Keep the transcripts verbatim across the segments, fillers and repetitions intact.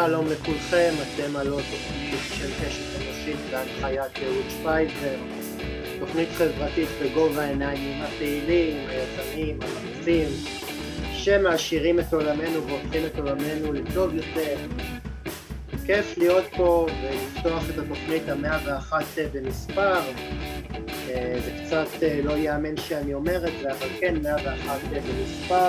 שלום לכולכם, אתם על עוד תוכנית של קשת אנושית בהנחיית אהוד שפייזר, תוכנית חברתית בגובה העיניים עם הפעילים, היזמים, המרצים, שמעשירים את עולמנו והופכים את עולמנו לטוב יותר. כיף להיות פה ולפתוח את התוכנית המאה ואחת במספר. זה קצת לא יאמן שאני אומר את זה, אבל כן, מאה ואחת במספר.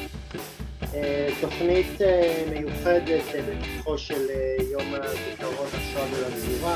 תוכנית מיוחדת בפתחו של יום הזיכרון לשואה ולגבורה.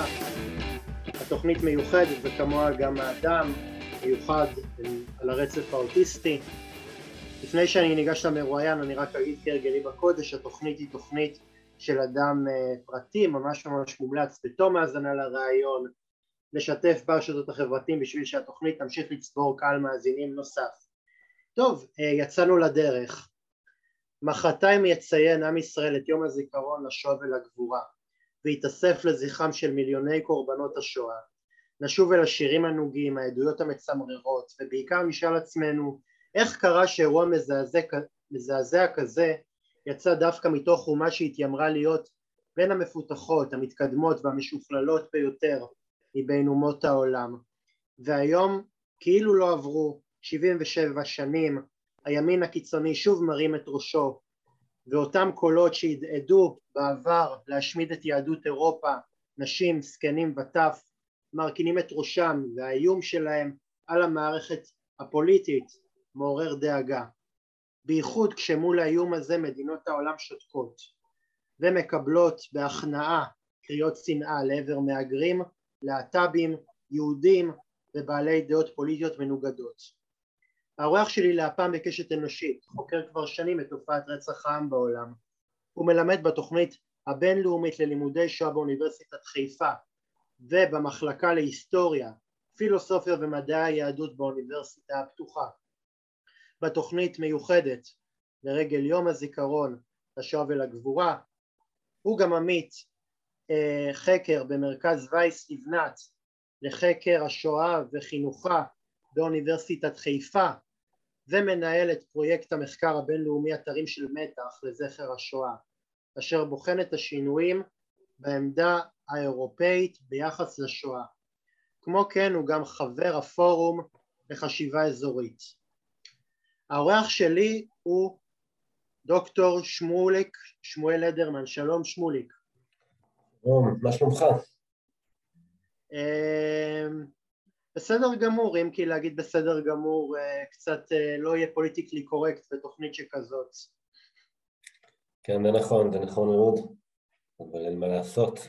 התוכנית מיוחדת וכמוה גם האדם מיוחד על הרצף האוטיסטי. לפני שאני ניגש למרואיין אני רק אגיד כהרגלי בקודש, התוכנית היא תוכנית של אדם פרטי, ממש ממש מומלץ בתום האזנה לרעיון לשתף ברשתות החברתיים בשביל שהתוכנית תמשיך לצבור קהל מאזינים נוסף. טוב, יצאנו לדרך. מחרתיים יציין עם ישראל את יום הזיכרון לשואה ולגבורה ויתאסף לזכרם של מיליוני קורבנות השואה. נשוב אל השירים הנוגים, העדויות המצמררות, ובעיקר נשאל עצמנו איך קרה שאירוע מזעזע, מזעזע כזה יצא דווקא מתוך אומה שהתיימרה להיות בין המפותחות, המתקדמות והמשוכללות ביותר מבין אומות העולם. והיום כאילו לא עברו שבעים ושבע שנים, הימין הקיצוני שוב מרים את ראשו, ואותם קולות שהדהדו בעבר להשמיד את יהדות אירופה, נשים, זקנים וטף, מרכינים את ראשם, והאיום שלהם על המערכת הפוליטית מעורר דאגה. בייחוד כשמול האיום הזה מדינות העולם שותקות, ומקבלות בהכנעה קריאות שנאה לעבר מהגרים, להט"בים, יהודים ובעלי דעות פוליטיות מנוגדות. האורח שלי להפעם בקשת אנושית, חוקר כבר שנים את תופעת רצח העם בעולם. הוא מלמד בתוכנית הבינלאומית ללימודי שואה באוניברסיטת חיפה ובמחלקה להיסטוריה, פילוסופיה ומדעי היהדות באוניברסיטה הפתוחה. בתוכנית מיוחדת לרגל יום הזיכרון לשואה ולגבורה, הוא גם עמית אה, חקר במרכז וייס לבנת לחקר השואה וחינוכה באוניברסיטת חיפה, ומנהל את פרויקט המחקר הבינלאומי אתרים של מתח לזכר השואה, אשר בוחן את השינויים בעמדה האירופאית ביחס לשואה. כמו כן הוא גם חבר הפורום לחשיבה אזורית. האורח שלי הוא דוקטור שמוליק, שמואל לדרמן. שלום שמוליק. שלום, מה שלומך? בסדר גמור, אם כי להגיד בסדר גמור קצת לא יהיה פוליטיקלי קורקט בתוכנית שכזאת. כן, זה נכון, זה נכון מאוד, אבל אין מה לעשות.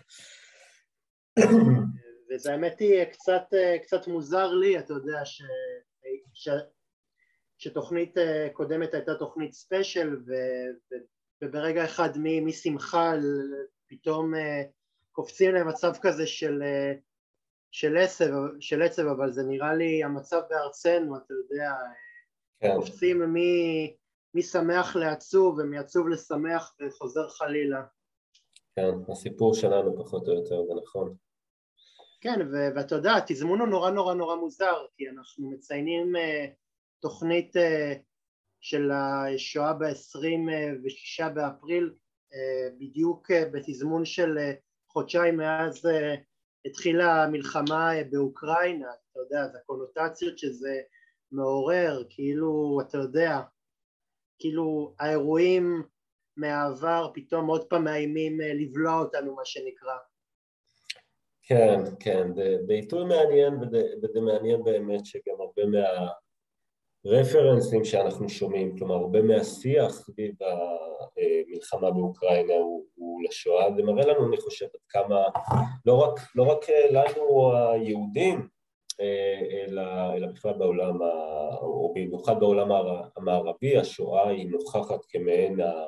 וזה האמת היא קצת, קצת מוזר לי, אתה יודע ש... ש... שתוכנית קודמת הייתה תוכנית ספיישל, ו... וברגע אחד משמחה פתאום קופצים למצב כזה של... של עצב, של עצב, אבל זה נראה לי המצב בארצנו, אתה יודע, כן. קופצים מי, מי שמח לעצוב ומעצוב לשמח וחוזר חלילה. כן, הסיפור שלנו פחות או יותר, זה נכון. כן, ו- ואתה יודע, התזמון הוא נורא נורא נורא מוזר, כי אנחנו מציינים uh, תוכנית uh, של השואה ב-עשרים ושישה באפריל, uh, בדיוק uh, בתזמון של uh, חודשיים מאז uh, התחילה המלחמה באוקראינה. אתה יודע, זה הקונוטציות שזה מעורר, כאילו, אתה יודע, כאילו האירועים מהעבר פתאום עוד פעם מאיימים לבלוע אותנו, מה שנקרא. כן, כן, זה בעיתוי מעניין, וזה מעניין באמת שגם הרבה מהרפרנסים שאנחנו שומעים, כלומר הרבה מהשיח סביב המלחמה באוקראינה הוא, הוא לשואה. זה מראה לנו, אני חושב, עד כמה, לא רק, לא רק לנו היהודים, אלא, אלא בכלל בעולם, או במיוחד בעולם המערבי, השואה היא נוכחת כמעין ה,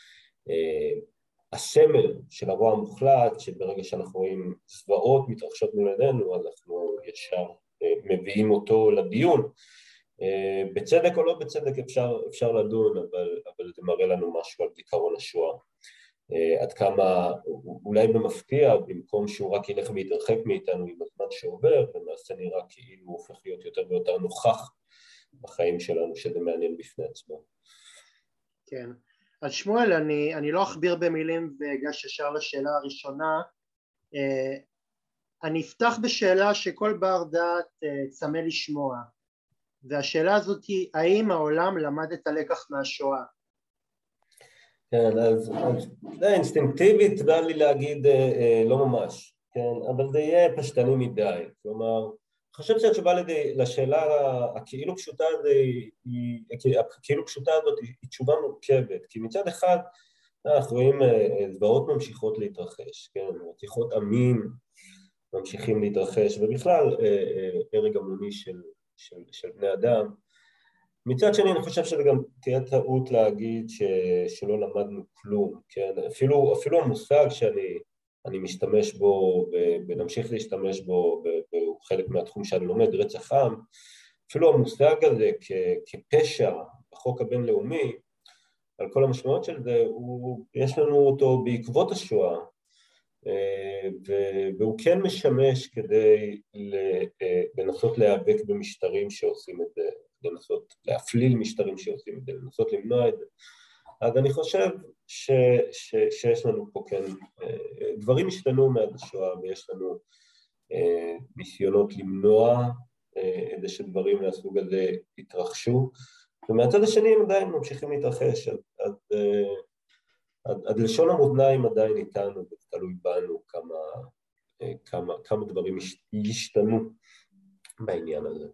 הסמל של הרוע המוחלט, שברגע שאנחנו רואים זוועות מתרחשות מול עינינו, אנחנו ישר מביאים אותו לדיון. בצדק או לא בצדק אפשר, אפשר לדון, אבל, אבל זה מראה לנו משהו על זיכרון השואה. עד כמה, אולי במפתיע, במקום שהוא רק ילך ויתרחק מאיתנו עם הזמן שעובר, למעשה נראה כאילו הוא הופך להיות יותר ויותר נוכח בחיים שלנו, שזה מעניין בפני עצמו. כן, אז שמואל, אני, אני לא אכביר במילים ואגש ישר לשאלה הראשונה. אני אפתח בשאלה שכל בר דעת צמא לשמוע, והשאלה הזאת היא, האם העולם למד את הלקח מהשואה? כן, אז, אז זה אינסטינקטיבית, בא לי להגיד אה, אה, לא ממש, כן, אבל זה יהיה פשטני מדי, כלומר, אני חושב שהתשובה לדי, לשאלה הכאילו פשוטה, היא, היא, הכאילו פשוטה הזאת היא, היא תשובה מורכבת, כי מצד אחד אנחנו רואים זוועות ממשיכות להתרחש, כן, רציחות עמים ממשיכים להתרחש, ובכלל הרג המוני של, של, של בני אדם. מצד שני אני חושב שזה גם תהיה טעות להגיד ש, שלא למדנו כלום, כן, אפילו, אפילו המושג שאני אני משתמש בו ונמשיך להשתמש בו, והוא חלק מהתחום שאני לומד, רצח עם, אפילו המושג הזה כ, כפשע בחוק הבינלאומי, על כל המשמעות של זה, הוא, יש לנו אותו בעקבות השואה, והוא כן משמש כדי לנסות להיאבק במשטרים שעושים את זה, לנסות להפליל משטרים שעושים את זה, לנסות למנוע את זה. אז אני חושב ש, ש, שיש לנו פה כן, דברים השתנו מאז השואה, ויש לנו ניסיונות למנוע את זה שדברים מהסוג הזה יתרחשו, ומהצד השני הם עדיין ממשיכים להתרחש, אז, אז, אז, אז לשון המאזניים עדיין איתנו, ותלוי בנו כמה, כמה, כמה דברים ישתנו בעניין הזה.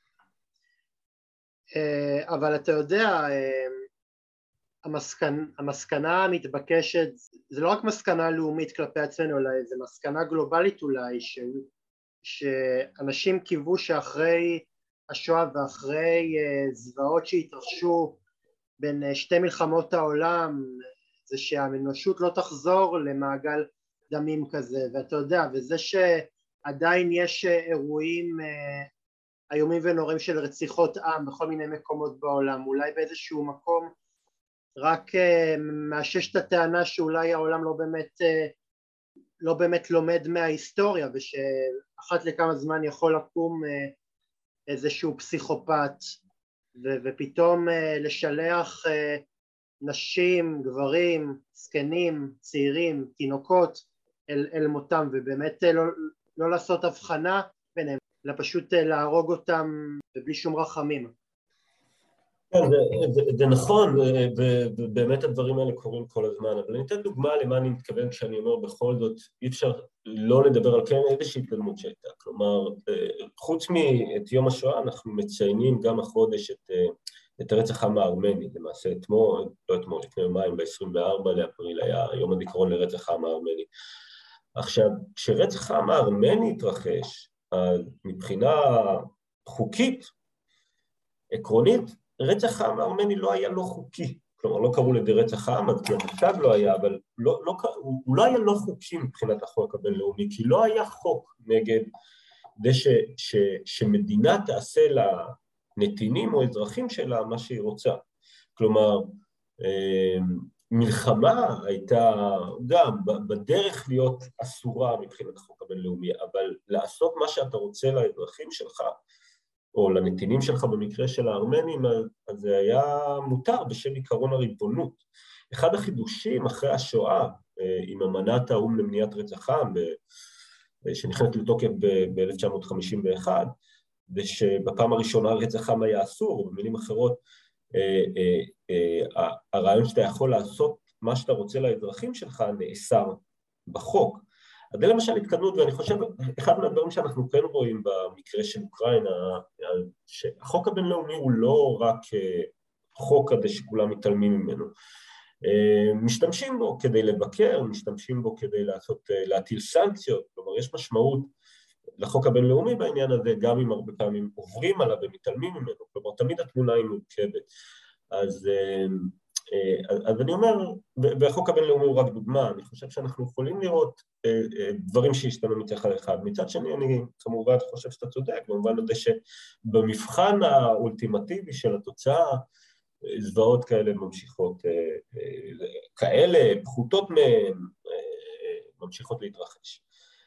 אבל אתה יודע, המסקנה, המסקנה המתבקשת, זה לא רק מסקנה לאומית כלפי עצמנו, אלא זה מסקנה גלובלית אולי, ש, שאנשים קיוו שאחרי השואה ואחרי זוועות שהתרחשו בין שתי מלחמות העולם, זה שהאנושות לא תחזור למעגל דמים כזה, ואתה יודע, וזה שעדיין יש אירועים איומים ונוראים של רציחות עם בכל מיני מקומות בעולם, אולי באיזשהו מקום רק מאשש את הטענה שאולי העולם לא באמת, לא באמת לומד מההיסטוריה, ושאחת לכמה זמן יכול לקום איזשהו פסיכופת ו- ופתאום לשלח נשים, גברים, זקנים, צעירים, תינוקות אל, אל מותם, ובאמת לא, לא לעשות הבחנה ביניהם, אלא פשוט להרוג אותם ובלי שום רחמים. כן, זה, זה, זה נכון, ובאמת הדברים האלה קורים כל הזמן, אבל אני אתן דוגמה למה אני מתכוון כשאני אומר בכל זאת, אי אפשר לא לדבר על כן איזושהי התקדמות שהייתה, כלומר, חוץ מאת יום השואה, אנחנו מציינים גם החודש את, את הרצח העם הארמני, למעשה אתמול, לא אתמול, לפני יומיים, ב-עשרים וארבעה לאפריל היה יום הזיכרון לרצח העם הארמני. עכשיו, כשרצח העם הארמני התרחש, מבחינה חוקית, עקרונית, רצח העם הארמני לא היה לא חוקי, כלומר לא קראו לזה רצח העם, אז כמושג לא היה, אבל לא, לא, הוא, הוא לא היה לא חוקי מבחינת החוק הבינלאומי, כי לא היה חוק נגד זה ש, ש, שמדינה תעשה לנתינים או אזרחים שלה מה שהיא רוצה. כלומר, מלחמה הייתה גם בדרך להיות אסורה מבחינת החוק הבינלאומי, אבל לעשות מה שאתה רוצה לאזרחים שלך, או לנתינים שלך במקרה של הארמנים, אז זה היה מותר בשם עיקרון הריבונות. אחד החידושים אחרי השואה, עם אמנת האו"ם למניעת רצח עם, שנכנסת לתוקף ב-אלף תשע מאות חמישים ואחת, זה שבפעם הראשונה רצח עם היה אסור, במילים אחרות, הרעיון שאתה יכול לעשות מה שאתה רוצה לאזרחים שלך נאסר בחוק. אז זה למשל התקדמות, ואני חושב, אחד מהדברים שאנחנו כן רואים במקרה של אוקראינה, שהחוק הבינלאומי הוא לא רק חוק כזה שכולם מתעלמים ממנו. משתמשים בו כדי לבקר, משתמשים בו כדי לעשות, להטיל סנקציות, כלומר יש משמעות לחוק הבינלאומי בעניין הזה, גם אם הרבה פעמים עוברים עליו ומתעלמים ממנו, כלומר תמיד התמונה היא מורכבת. אז... אז אני אומר, והחוק הבינלאומי הוא רק דוגמה, אני חושב שאנחנו יכולים לראות דברים שהשתנו מצד אחד. מצד שני, אני כמובן חושב שאתה צודק, במובן הזה שבמבחן האולטימטיבי של התוצאה, זוועות כאלה ממשיכות, כאלה, פחותות מהן, ממשיכות להתרחש.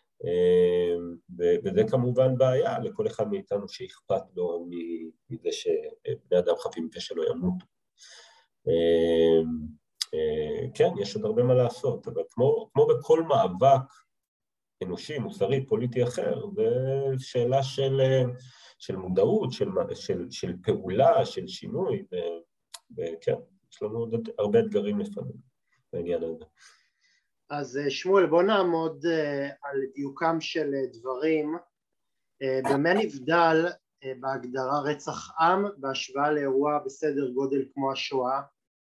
וזה כמובן בעיה לכל אחד מאיתנו שאכפת לו מזה שבני אדם חפים מפשע לא ימותו. כן, יש עוד הרבה מה לעשות, אבל כמו, כמו בכל מאבק אנושי, מוסרי, פוליטי אחר, זה שאלה של, של מודעות, של, של, של פעולה, של שינוי, ו, וכן, יש לנו עוד הרבה אתגרים לפעמים בעניין הזה. אז שמואל, בוא נעמוד על דיוקם של דברים. במה נבדל בהגדרה רצח עם בהשוואה לאירוע בסדר גודל כמו השואה?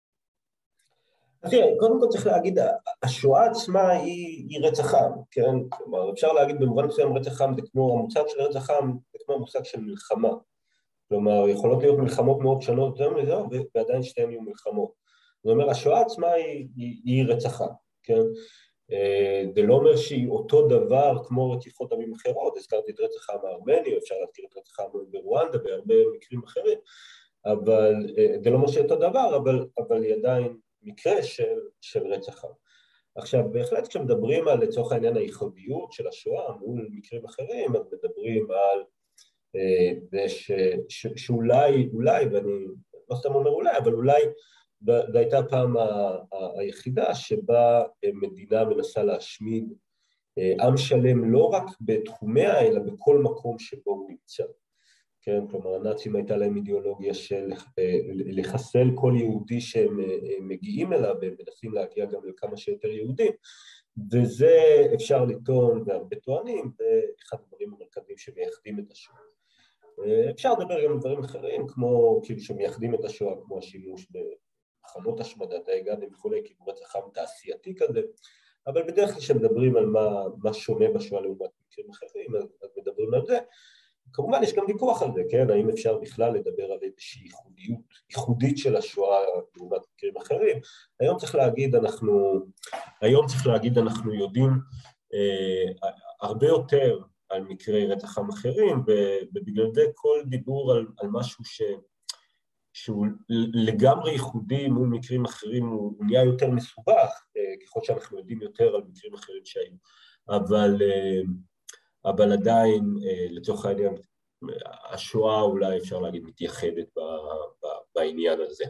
תראה, קודם כל צריך להגיד, השואה עצמה היא, היא רצח עם, כן? כלומר, אפשר להגיד במובן מסוים רצח עם זה כמו, המושג של רצח עם זה כמו המושג של מלחמה. כלומר, יכולות להיות מלחמות מאוד שונות, ועדיין שתיהן יהיו מלחמות. זאת אומרת, השואה עצמה היא, היא, היא רצח עם, כן? זה לא אומר שהיא אותו דבר כמו רציחות עמים אחרות, הזכרתי את רצח העם הארמני, אפשר להזכיר את רצח העם ברואנדה, בהרבה מקרים אחרים, אבל זה לא אומר שהיא אותו דבר, אבל, אבל היא עדיין מקרה של, של רצח עם. עכשיו, בהחלט כשמדברים על לצורך העניין הייחודיות של השואה מול מקרים אחרים, אז מדברים על זה ש, ש, שאולי, אולי, ואני לא סתם אומר אולי, אבל אולי זו הייתה הפעם היחידה שבה מדינה מנסה להשמיד עם שלם לא רק בתחומיה, אלא בכל מקום שבו הוא נמצא. כן, כלומר, הנאצים הייתה להם אידיאולוגיה של לחסל כל יהודי שהם מגיעים אליו, והם מנסים להגיע גם לכמה שיותר יהודים, וזה אפשר לטעון והרבה טוענים, זה אחד הדברים המרכזיים שמייחדים את השואה. אפשר לדבר גם על דברים אחרים, כמו כאילו שמייחדים את השואה, כמו השימוש בחנות השמדת האגדים וכולי, כאילו רצח עם תעשייתי כזה, אבל בדרך כלל שמדברים על מה, מה שונה בשואה לעומת מקרים אחרים, אז, אז מדברים על זה. כמובן יש גם ויכוח על זה, כן? האם אפשר בכלל לדבר על איזושהי ייחודיות, ייחודית של השואה לעומת מקרים אחרים. היום צריך להגיד, אנחנו, היום צריך להגיד, אנחנו יודעים אה, הרבה יותר על מקרי רצח עם אחרים, ובגלל זה כל דיבור על, על משהו ש, שהוא לגמרי ייחודי מול מקרים אחרים, הוא נהיה יותר מסובך, אה, ככל שאנחנו יודעים יותר על מקרים אחרים שהיו. אבל... אה, אבל עדיין, לצורך העניין, השואה אולי אפשר להגיד מתייחדת בעניין הזה.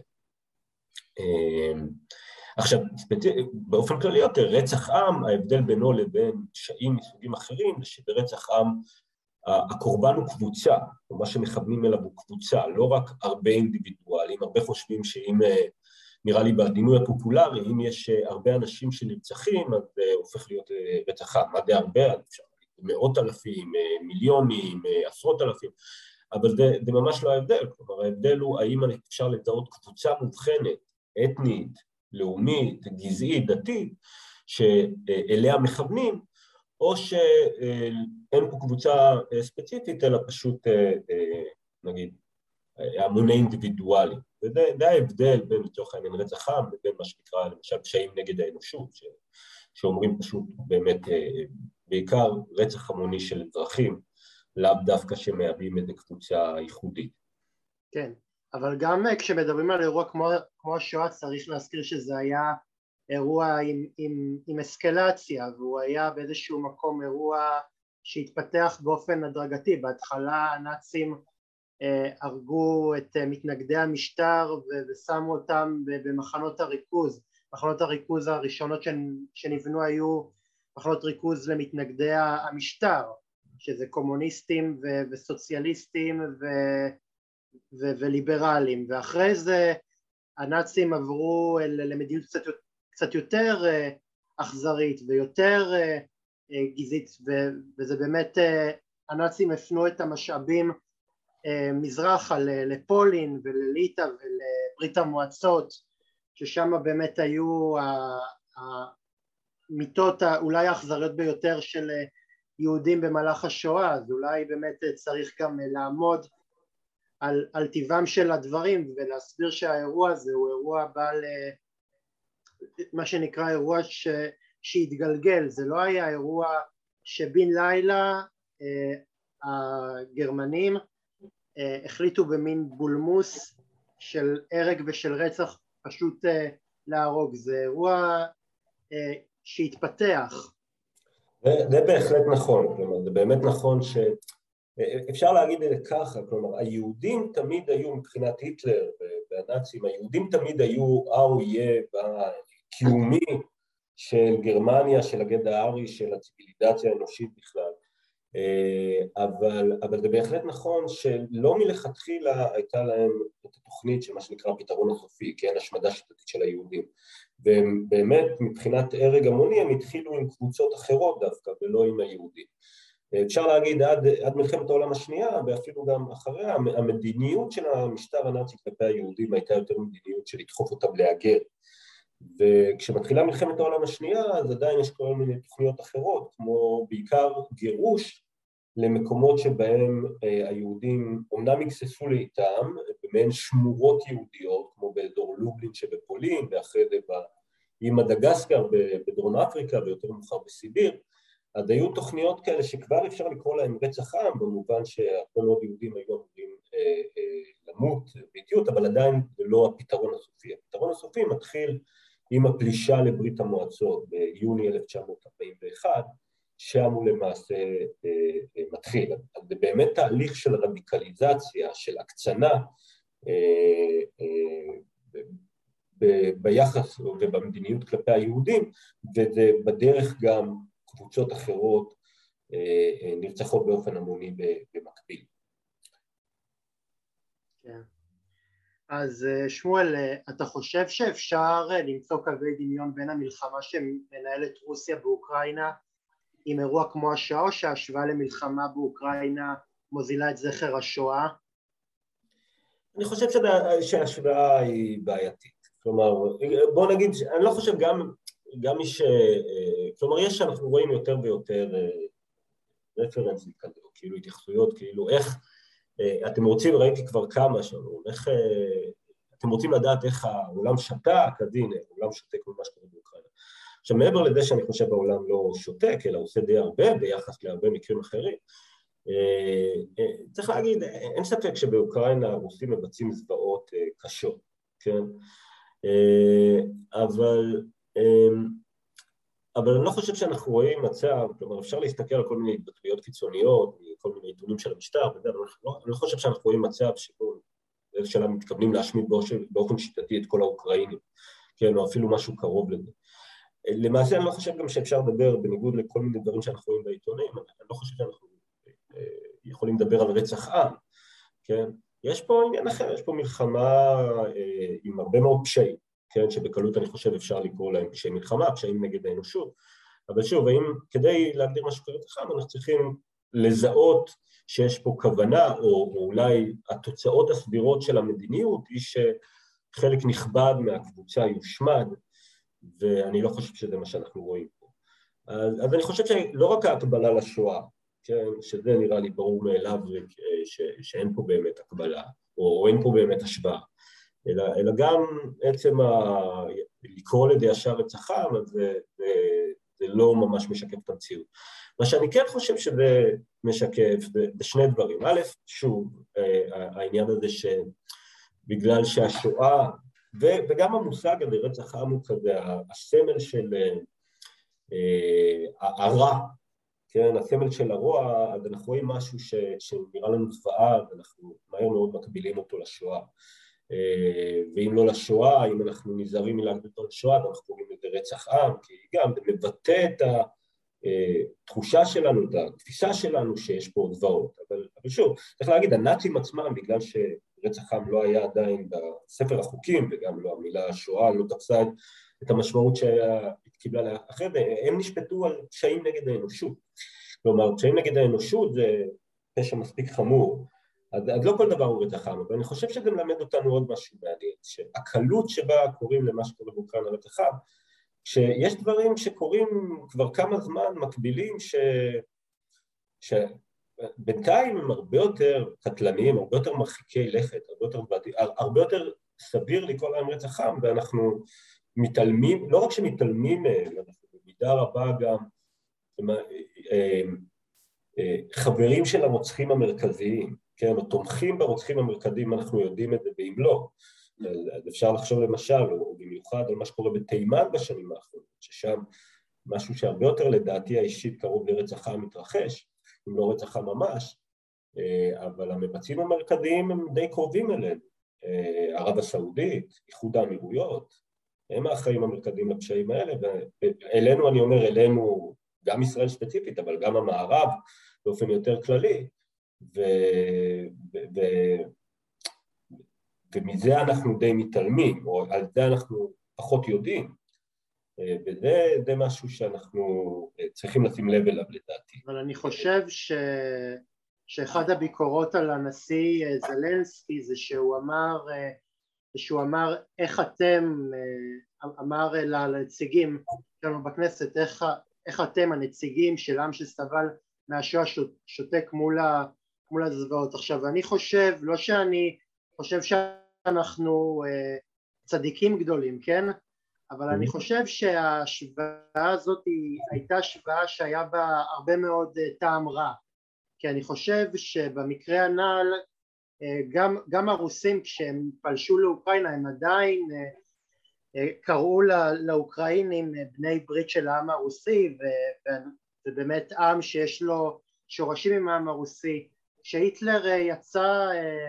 עכשיו, באופן כללי יותר, רצח עם, ההבדל בינו לבין פשעים מסוגים אחרים, זה שברצח עם הקורבן הוא קבוצה, או מה שמכוונים אליו הוא קבוצה, לא רק הרבה אינדיבידואלים, הרבה חושבים שאם, נראה לי בדימוי הפופולרי, אם יש הרבה אנשים שנרצחים, אז זה הופך להיות רצח עם, מה די הרבה, אפשר. מאות אלפים, מיליונים, עשרות אלפים, אבל זה, זה ממש לא ההבדל, כלומר ההבדל הוא האם אפשר לזהות קבוצה מובחנת, אתנית, לאומית, גזעית, דתית, שאליה מכוונים, או שאין פה קבוצה ספציפית, אלא פשוט, נגיד, המוני אינדיבידואלים. וזה זה ההבדל בין לצורך העניין רצח עם, ובין מה שנקרא למשל פשעים נגד האנושות, ש, שאומרים פשוט באמת, בעיקר רצח המוני של אזרחים, לאו דווקא שמהווים איזו קבוצה ייחודית. כן, אבל גם כשמדברים על אירוע כמו, כמו השואה, צריך להזכיר שזה היה אירוע עם, עם, עם אסקלציה, והוא היה באיזשהו מקום אירוע שהתפתח באופן הדרגתי. בהתחלה הנאצים אה, הרגו את אה, מתנגדי המשטר ושמו אותם במחנות הריכוז. מחנות הריכוז הראשונות שנבנו היו מחנות ריכוז למתנגדי המשטר, שזה קומוניסטים ו- וסוציאליסטים ו- ו- וליברלים, ואחרי זה הנאצים עברו למדיניות קצת, קצת יותר אכזרית ויותר גזעית, ו- וזה באמת, הנאצים הפנו את המשאבים מזרחה לפולין ולליטא ולברית המועצות, ששם באמת היו המיטות אולי האכזריות ביותר של יהודים במהלך השואה. אז אולי באמת צריך גם לעמוד על, על טבעם של הדברים ולהסביר שהאירוע הזה הוא אירוע בעל מה שנקרא אירוע ש, שהתגלגל. זה לא היה אירוע שבין לילה אה, הגרמנים אה, החליטו במין בולמוס של הרג ושל רצח פשוט אה, להרוג. זה אירוע אה, שהתפתח. זה, זה בהחלט נכון, כלומר, זה באמת נכון שאפשר להגיד את זה ככה, כלומר, היהודים תמיד היו מבחינת היטלר והנאצים, היהודים תמיד היו האויב קיומי של גרמניה, של הגד הארי, של הציוויליזציה האנושית בכלל. אבל, אבל זה בהחלט נכון שלא מלכתחילה הייתה להם את התוכנית של מה שנקרא הפתרון הסופי, כן, השמדה שיטתית של היהודים. ובאמת מבחינת הרג המוני הם התחילו עם קבוצות אחרות דווקא, ולא עם היהודים. אפשר להגיד עד, עד מלחמת העולם השנייה, ואפילו גם אחריה, המדיניות של המשטר הנאצי כלפי היהודים הייתה יותר מדיניות של לדחוף אותם להגר. וכשמתחילה מלחמת העולם השנייה, אז עדיין יש כל מיני תוכניות אחרות, כמו בעיקר גירוש למקומות שבהם היהודים אומנם יגססו לאיתם, במעין שמורות יהודיות, כמו באזור לובלין שבפולין, ואחרי זה באי מדגסקר בדרום אפריקה, ויותר מאוחר בסיביר, אז היו תוכניות כאלה שכבר אפשר לקרוא להם רצח עם, במובן שהרבה מאוד יהודים היו אמורים אה, אה, למות באיטיות, אבל עדיין זה לא הפתרון הסופי. הפתרון הסופי מתחיל עם הפלישה לברית המועצות ביוני אלף תשע מאות ארבעים ואחת, שם הוא למעשה אה, אה, מתחיל. אז זה באמת תהליך של רדיקליזציה, של הקצנה, אה, אה, ב- ביחס ובמדיניות כלפי היהודים, וזה בדרך גם קבוצות אחרות אה, אה, נרצחות באופן המוני במקביל. כן. אז שמואל, אתה חושב שאפשר למצוא קווי דמיון בין המלחמה שמנהלת רוסיה באוקראינה עם אירוע כמו השואה, או שההשוואה למלחמה באוקראינה מוזילה את זכר השואה? אני חושב שההשוואה היא בעייתית. כלומר, בוא נגיד, אני לא חושב גם, גם מי ש... כלומר, יש שאנחנו רואים יותר ויותר רפרנסים כזה, כאילו התייחסויות, כאילו איך, אתם רוצים, ראיתי כבר כמה שאומרים, איך, אתם רוצים לדעת איך העולם שתק, אז הנה, העולם שותק ממה שקורה באוקראינה. עכשיו, מעבר לזה שאני חושב העולם לא שותק, אלא עושה די הרבה ביחס להרבה מקרים אחרים, צריך להגיד, אין ספק שבאוקראינה הרוסים מבצעים זוועות קשות, כן? אבל, אבל אני לא חושב שאנחנו רואים מצב, כלומר אפשר להסתכל על כל מיני התבטאויות קיצוניות, כל מיני עיתונים של המשטר, וזה, אבל אני לא חושב שאנחנו רואים מצב שבו באיזה שלב מתכוונים להשמיד באופן שיטתי את כל האוקראינים, כן, או אפילו משהו קרוב לזה. למעשה אני לא חושב גם שאפשר לדבר, בניגוד לכל מיני דברים שאנחנו רואים בעיתונים, אני לא חושב שאנחנו יכולים לדבר על רצח עם, כן? יש פה עניין אחר, יש פה מלחמה אה, עם הרבה מאוד פשעים, כן? שבקלות אני חושב אפשר לקרוא להם פשעי מלחמה, פשעים נגד האנושות, אבל שוב, האם כדי להגדיר משהו כרצח עם, אנחנו צריכים לזהות שיש פה כוונה, או, או אולי התוצאות הסבירות של המדיניות, היא שחלק נכבד מהקבוצה יושמד, ואני לא חושב שזה מה שאנחנו רואים פה. אז, אז אני חושב שלא רק ההקבלה לשואה, כן, שזה נראה לי ברור מאליו ש, שאין פה באמת הקבלה, או, או אין פה באמת השוואה, אלא, אלא גם עצם ה, לקרוא לידי השאר רצח עם, אז זה, זה, זה לא ממש משקף את המציאות. מה שאני כן חושב שזה משקף, זה, זה שני דברים. א', שוב, העניין הזה שבגלל שהשואה, ו, וגם המושג הזה, רצח עם הוא כזה, הסמל של הרע, כן, הסמל של הרוע, אז אנחנו רואים משהו ש, שנראה לנו זוועה, ואנחנו מהר מאוד מקבילים אותו לשואה. ואם לא לשואה, אם אנחנו נזהרים מלהגדיר אותו לשואה, אז אנחנו קוראים לזה רצח עם, כי גם זה מבטא את התחושה שלנו, את התפיסה שלנו שיש פה זוועות. אבל, אבל שוב, צריך להגיד, הנאצים עצמם, בגלל שרצח עם לא היה עדיין בספר החוקים, וגם לא המילה שואה לא תפסה את המשמעות שקיבלה אחרי זה, הם נשפטו על פשעים נגד האנושות. כלומר, פשעים נגד האנושות זה פשע מספיק חמור, אז, אז לא כל דבר הוא רצח עם, אבל אני חושב שזה מלמד אותנו עוד משהו מעניין, שהקלות שבה קוראים למה שקורה באוקראינה רצח עם, שיש דברים שקורים כבר כמה זמן מקבילים, ש... שבינתיים הם הרבה יותר קטלניים, הרבה יותר מרחיקי לכת, הרבה יותר, הרבה יותר סביר לקרוא להם רצח עם, ואנחנו מתעלמים, לא רק שמתעלמים מהם, אנחנו במידה רבה גם חברים של הרוצחים המרכזיים, כן, או תומכים ברוצחים המרכזיים, אנחנו יודעים את זה, ואם לא, אז אפשר לחשוב למשל, או במיוחד על מה שקורה בתימן בשנים האחרונות, ששם משהו שהרבה יותר לדעתי האישית קרוב לרצח עם מתרחש, אם לא רצח עם ממש, אבל המבצעים המרכזיים הם די קרובים אליהם, ערב הסעודית, איחוד האמירויות, הם האחראים המרכזיים לפשעים האלה, ואלינו, אני אומר, אלינו, גם ישראל ספציפית, אבל גם המערב, באופן יותר כללי, ו... ו... ו... ומזה אנחנו די מתעלמים, או על זה אנחנו פחות יודעים, וזה זה משהו שאנחנו צריכים לשים לב אליו לדעתי. אבל אני חושב ש... שאחד הביקורות על הנשיא זלנסקי זה שהוא אמר, שהוא אמר איך אתם, אמר לנציגים שלנו בכנסת, איך, איך אתם הנציגים של עם שסבל מהשואה שותק מול, ה... מול הזוועות. עכשיו אני חושב, לא שאני חושב שאנחנו צדיקים גדולים, כן? אבל אני חושב שההשוואה הזאת הייתה השוואה שהיה בה הרבה מאוד טעם רע, כי אני חושב שבמקרה הנ"ל גם, גם הרוסים כשהם פלשו לאוקראינה הם עדיין קראו לאוקראינים בני ברית של העם הרוסי, ובאמת עם שיש לו שורשים עם העם הרוסי. כשהיטלר יצא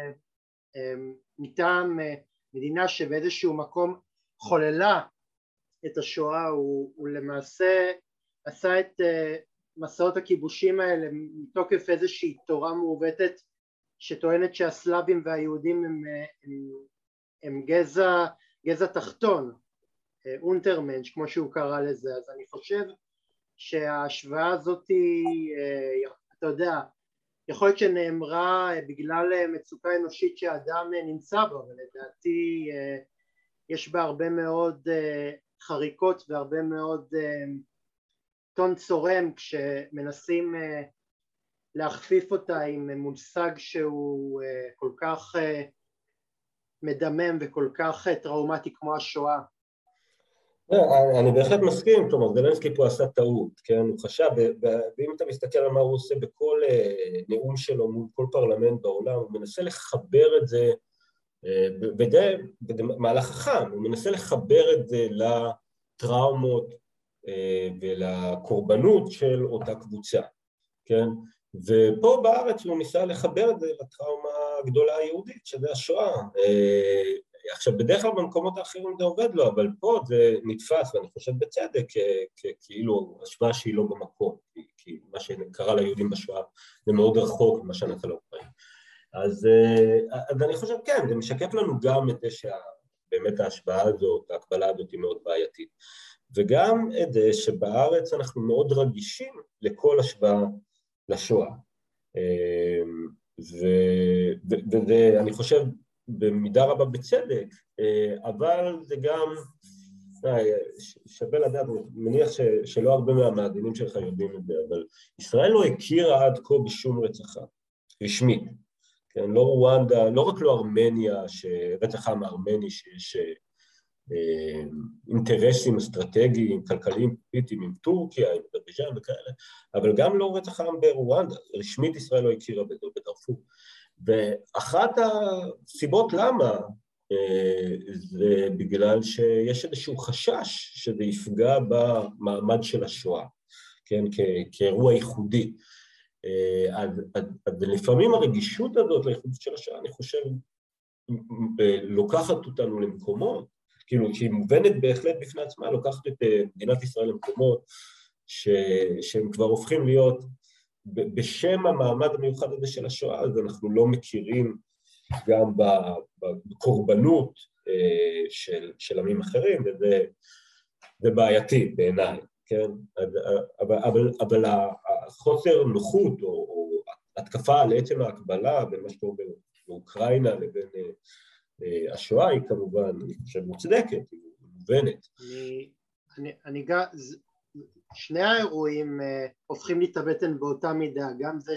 מטעם מדינה שבאיזשהו מקום חוללה את השואה, הוא, הוא למעשה עשה את uh, מסעות הכיבושים האלה מתוקף איזושהי תורה מעוותת שטוענת שהסלאבים והיהודים הם, הם, הם גזע, גזע תחתון, אונטרמנש כמו שהוא קרא לזה. אז אני חושב שההשוואה הזאת היא, uh, אתה יודע, יכול להיות שנאמרה בגלל מצוקה אנושית שהאדם נמצא בו, אבל לדעתי uh, יש בה הרבה מאוד uh, חריקות והרבה מאוד uh, טון צורם כשמנסים uh, להכפיף אותה עם מושג שהוא uh, כל כך uh, מדמם וכל כך uh, טראומטי כמו השואה. אני בהחלט מסכים, כלומר, זלנסקי פה עשה טעות, כן? הוא חשב, ואם אתה מסתכל על מה הוא עושה בכל נאום שלו מול כל פרלמנט בעולם, הוא מנסה לחבר את זה, וזה מהלך חכם, הוא מנסה לחבר את זה לטראומות ולקורבנות של אותה קבוצה, כן? ופה בארץ הוא ניסה לחבר את זה לטראומה הגדולה היהודית, שזה השואה. עכשיו, בדרך כלל במקומות האחרים זה עובד לו, אבל פה זה נתפס, ואני חושב בצדק, כאילו השוואה שהיא לא במקום, כי מה שקרה ליהודים בשואה זה מאוד רחוק ממה שנעשה לאוקראינה. אז, אז אני חושב, כן, זה משקף לנו גם את זה שבאמת ההשוואה הזאת, ההקבלה הזאת היא מאוד בעייתית. וגם את זה שבארץ אנחנו מאוד רגישים לכל השוואה לשואה. וזה, אני חושב, במידה רבה בצדק, אבל זה גם, שווה לדעת, אני מניח שלא הרבה מהמאזינים שלך יודעים את זה, אבל ישראל לא הכירה עד כה בשום רצח עם, רשמית. כן, לא רואנדה, לא רק לא ארמניה, שרצח עם הארמני שיש אה, אינטרסים אסטרטגיים, כלכליים, פוליטיים עם טורקיה, עם אזרבייג'אן וכאלה, אבל גם לא רצח עם ברואנדה, רשמית ישראל לא הכירה בזה בדארפור. ואחת הסיבות למה אה, זה בגלל שיש איזשהו חשש שזה יפגע במעמד של השואה, כן, כ- כאירוע ייחודי. אז, אז, אז לפעמים הרגישות הזאת ליחודות של השואה, אני חושב, לוקחת אותנו למקומות, כאילו שהיא מובנת בהחלט בפני עצמה, לוקחת את מדינת ישראל למקומות ש, שהם כבר הופכים להיות, בשם המעמד המיוחד הזה של השואה, אז אנחנו לא מכירים גם בקורבנות של, של עמים אחרים, וזה זה בעייתי בעיניי. כן, אבל, אבל, אבל החוסר נוחות או, או התקפה על עצם ההקבלה בין מה שקורה באוקראינה לבין אה, השואה היא כמובן, אני חושב, מוצדקת, היא מובנת. אני, אני, אני גם, שני האירועים אה, הופכים לי את הבטן באותה מידה, גם זה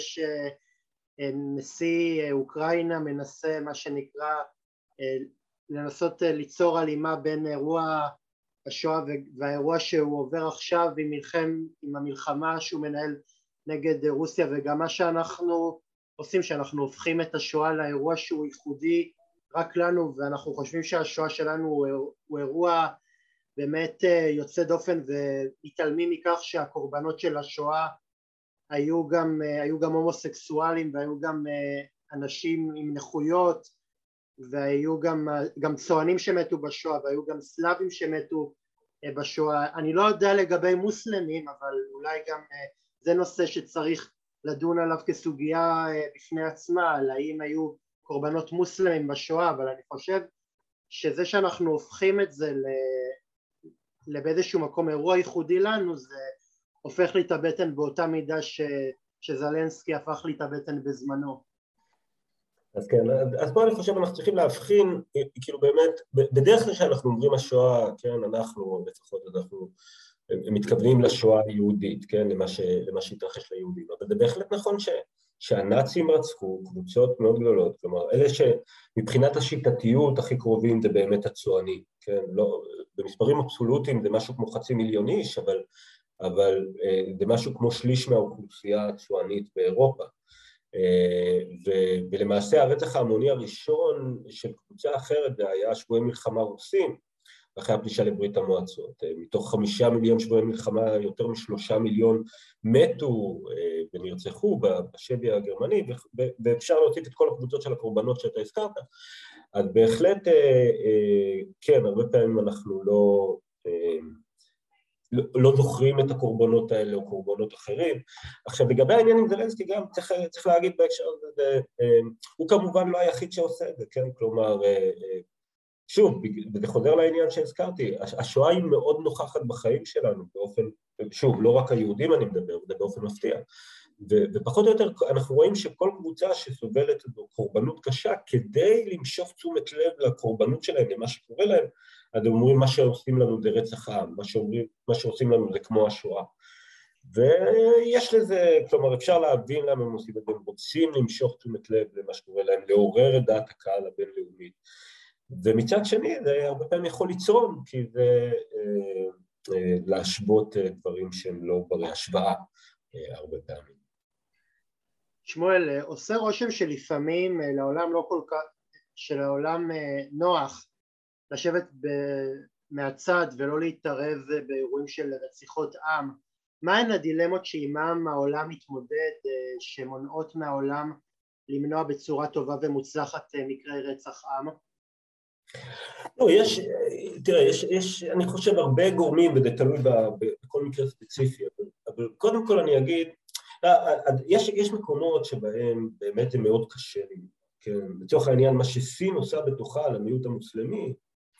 שנשיא אוקראינה מנסה מה שנקרא אה, לנסות אה, ליצור הלימה בין אירוע השואה והאירוע שהוא עובר עכשיו עם, מלחם, עם המלחמה שהוא מנהל נגד רוסיה, וגם מה שאנחנו עושים, שאנחנו הופכים את השואה לאירוע שהוא ייחודי רק לנו, ואנחנו חושבים שהשואה שלנו הוא, הוא אירוע באמת יוצא דופן, ומתעלמים מכך שהקורבנות של השואה היו גם, היו גם הומוסקסואלים והיו גם אנשים עם נכויות והיו גם, גם צוענים שמתו בשואה, והיו גם סלאבים שמתו בשואה. אני לא יודע לגבי מוסלמים, אבל אולי גם זה נושא שצריך לדון עליו כסוגיה בפני עצמה, על האם היו קורבנות מוסלמים בשואה, אבל אני חושב שזה שאנחנו הופכים את זה לבאיזשהו מקום אירוע ייחודי לנו, זה הופך לי את הבטן באותה מידה ש, שזלנסקי הפך לי את הבטן בזמנו. אז כן, אז פה אני חושב אנחנו צריכים להבחין, כאילו באמת, בדרך כלל שאנחנו אומרים השואה, כן, אנחנו לפחות אנחנו מתכוונים לשואה היהודית, כן, למה, ש, למה שהתרחש ליהודים, אבל זה בהחלט נכון ש, שהנאצים רצחו קבוצות מאוד גדולות, כלומר, אלה שמבחינת השיטתיות הכי קרובים זה באמת הצוענים, כן, לא, במספרים אבסולוטיים זה משהו כמו חצי מיליון איש, אבל, אבל זה משהו כמו שליש מהאוכלוסייה הצוענית באירופה, ו- ולמעשה הרצח ההמוני הראשון של קבוצה אחרת זה היה שבויי מלחמה רוסים אחרי הפלישה לברית המועצות. מתוך חמישה מיליון שבויי מלחמה יותר משלושה מיליון מתו ונרצחו בשבי הגרמני, ואפשר להוציא את כל הקבוצות של הקורבנות שאתה הזכרת. אז בהחלט כן, הרבה פעמים אנחנו לא לא, לא זוכרים את הקורבנות האלה או קורבנות אחרים. עכשיו, לגבי העניין עם זלנסקי גם צריך, צריך להגיד בהקשר הזה, הוא כמובן לא היחיד שעושה את זה, כן? כלומר, שוב, וזה חוזר לעניין שהזכרתי, השואה היא מאוד נוכחת בחיים שלנו, באופן, שוב, לא רק היהודים אני מדבר, זה באופן מפתיע, ופחות או יותר אנחנו רואים שכל קבוצה שסובלת קורבנות קשה, כדי למשוך תשומת לב לקורבנות שלהם, למה שקורה להם, אז הם אומרים, מה שעושים לנו זה רצח העם, מה שאומרים, מה שעושים לנו זה כמו השואה. ויש לזה, כלומר, אפשר להבין למה הם עושים את זה, הם רוצים למשוך תשומת לב למה שקורה להם, לעורר את דעת הקהל הבינלאומית. ומצד שני, זה הרבה פעמים יכול ליצרום, כי זה אה, אה, להשוות דברים שהם לא ברי השוואה אה, הרבה פעמים. שמואל, עושה רושם שלפעמים לעולם לא כל כך, שלעולם נוח לשבת מהצד ולא להתערב באירועים של רציחות עם. מהן הדילמות שעימם העולם מתמודד, שמונעות מהעולם למנוע בצורה טובה ומוצלחת מקרי רצח עם? לא, יש, תראה, יש, יש, אני חושב הרבה גורמים, וזה תלוי בכל מקרה ספציפי, אבל, אבל קודם כל אני אגיד, יש, יש מקומות שבהם באמת זה מאוד קשה לי, כן, לצורך העניין מה שסין עושה בתוכה למיעוט המוסלמי,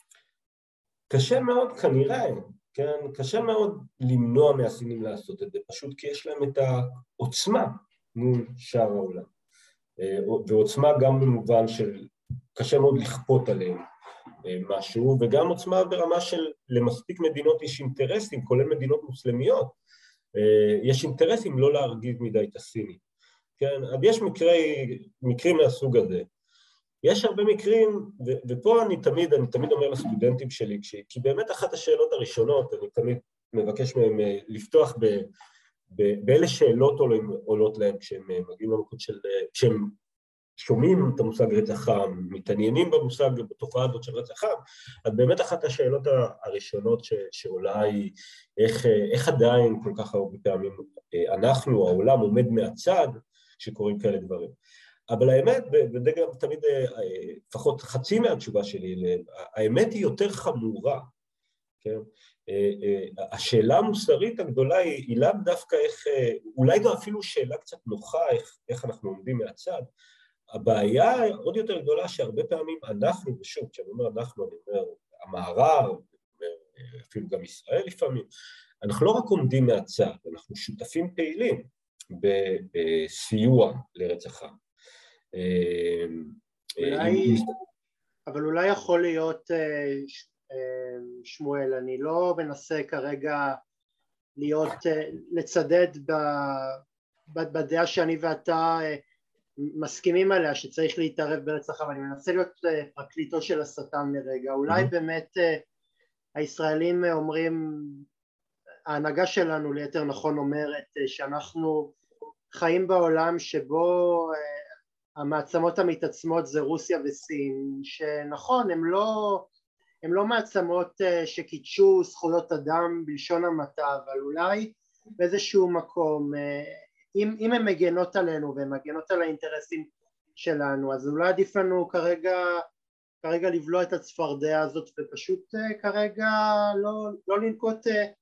קשה מאוד כנראה, כן, קשה מאוד למנוע מהסינים לעשות את זה, פשוט כי יש להם את העוצמה מול שאר העולם, ועוצמה גם במובן של קשה מאוד לכפות עליהם משהו, וגם עוצמה ברמה של למספיק מדינות יש אינטרסים, כולל מדינות מוסלמיות, יש אינטרסים לא להרגיז מדי את הסינים, כן, אז יש מקרי, מקרים מהסוג הזה, יש הרבה מקרים, ו- ופה אני תמיד, אני תמיד אומר לסטודנטים שלי, כש- כי באמת אחת השאלות הראשונות, אני תמיד מבקש מהם לפתוח ב- ב- באלה שאלות עולות להם כשהם מגיעים למקום של, כשהם שומעים את המושג רצח עם, מתעניינים במושג, בתופעה הזאת של רצח עם, אז באמת אחת השאלות הראשונות ש- שעולה היא, איך, איך עדיין כל כך הרבה פעמים אנחנו, העולם עומד מהצד, שקוראים כאלה דברים. אבל האמת, וזה גם תמיד, לפחות חצי מהתשובה שלי, האמת היא יותר חמורה, כן? השאלה המוסרית הגדולה היא, היא לאו דווקא איך, אולי גם אפילו שאלה קצת נוחה, איך, איך אנחנו עומדים מהצד, הבעיה עוד יותר גדולה שהרבה פעמים אנחנו, ושוב, כשאני אומר אנחנו, אני אומר, המערב, אפילו גם ישראל לפעמים, אנחנו לא רק עומדים מהצד, אנחנו שותפים פעילים בסיוע לרצח עם. אולי, אבל אולי יכול להיות, שמואל, אני לא מנסה כרגע להיות, לצדד בדעה שאני ואתה מסכימים עליה שצריך להתערב ברצח עם, אני מנסה להיות פרקליטו של השטן לרגע, אולי באמת הישראלים אומרים, ההנהגה שלנו ליתר נכון אומרת שאנחנו חיים בעולם שבו המעצמות המתעצמות זה רוסיה וסין, שנכון, הם לא, הם לא מעצמות שקידשו זכויות אדם בלשון המעטה, אבל אולי באיזשהו מקום, אם, אם הן מגנות עלינו והן מגנות על האינטרסים שלנו, אז אולי עדיף לנו כרגע כרגע לבלוע את הצפרדע הזאת ופשוט כרגע לא, לא לנקוט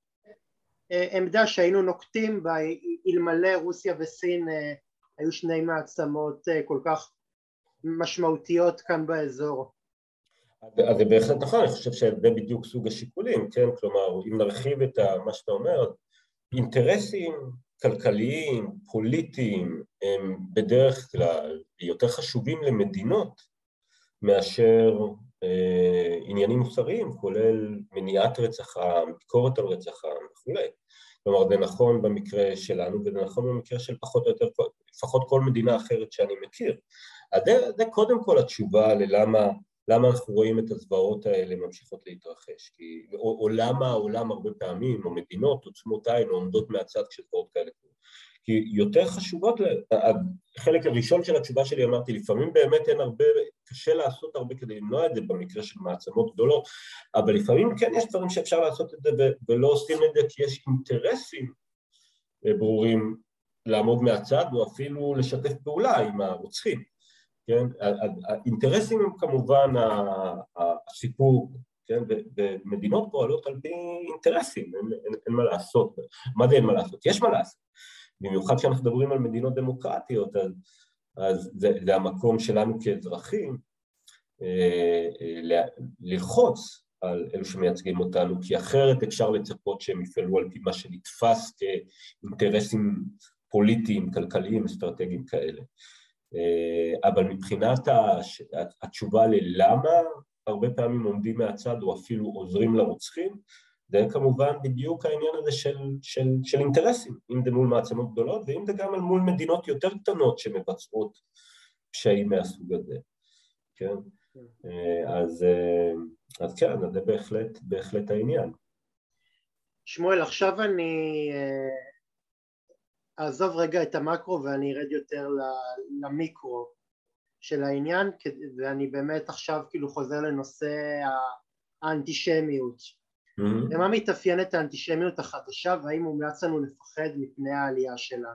עמדה שהיינו נוקטים בה אלמלא רוסיה וסין היו שני מעצמות כל כך משמעותיות כאן באזור. אז זה בהחלט נכון, אני חושב שזה בדיוק סוג השיקולים, כן? כלומר, אם נרחיב את מה שאתה אומר, אינטרסים כלכליים, פוליטיים, הם בדרך כלל יותר חשובים למדינות מאשר אה, עניינים מוסריים, כולל מניעת רצח העם, ביקורת על רצח העם וכו'. כלומר, זה נכון במקרה שלנו, וזה נכון במקרה של פחות או יותר, לפחות כל מדינה אחרת שאני מכיר. אז זה, זה קודם כל התשובה ללמה למה אנחנו רואים את הזוועות האלה ממשיכות להתרחש, כי, או, או למה העולם הרבה פעמים, או מדינות, עוצמות עין, או עומדות מהצד כשזוועות כאלה. כי יותר חשובות, החלק הראשון של התשובה שלי אמרתי, לפעמים באמת אין הרבה, קשה לעשות הרבה כדי למנוע את זה במקרה של מעצמות גדולות, אבל לפעמים כן יש דברים שאפשר לעשות את זה ולא עושים את זה כי יש אינטרסים ברורים לעמוד מהצד או אפילו לשתף פעולה עם הרוצחים. כן? האינטרסים הם כמובן הסיפור, כן? ומדינות פועלות על פי אינטרסים, אין, אין, אין מה לעשות. מה זה אין מה לעשות? יש מה לעשות. במיוחד כשאנחנו מדברים על מדינות דמוקרטיות, אז, אז זה, זה המקום שלנו כאזרחים אה, אה, ללחוץ על אלו שמייצגים אותנו, כי אחרת אפשר לצפות שהם יפעלו על פי מה שנתפס כאינטרסים פוליטיים, כלכליים, אסטרטגיים כאלה. אבל מבחינת התשובה ללמה הרבה פעמים עומדים מהצד או אפילו עוזרים לרוצחים, זה כמובן בדיוק העניין הזה של, של, של אינטרסים, אם זה מול מעצמות גדולות ואם זה גם על מול מדינות יותר קטנות שמבצעות פשעים מהסוג הזה. כן? אז, אז כן, זה בהחלט, בהחלט העניין. שמואל, עכשיו אני אעזוב רגע את המקרו ואני ארד יותר למיקרו של העניין, ואני באמת עכשיו כאילו חוזר לנושא האנטישמיות. Mm-hmm. למה מתאפיינת האנטישמיות החדשה, והאם מומלץ לנו לפחד מפני העלייה שלה?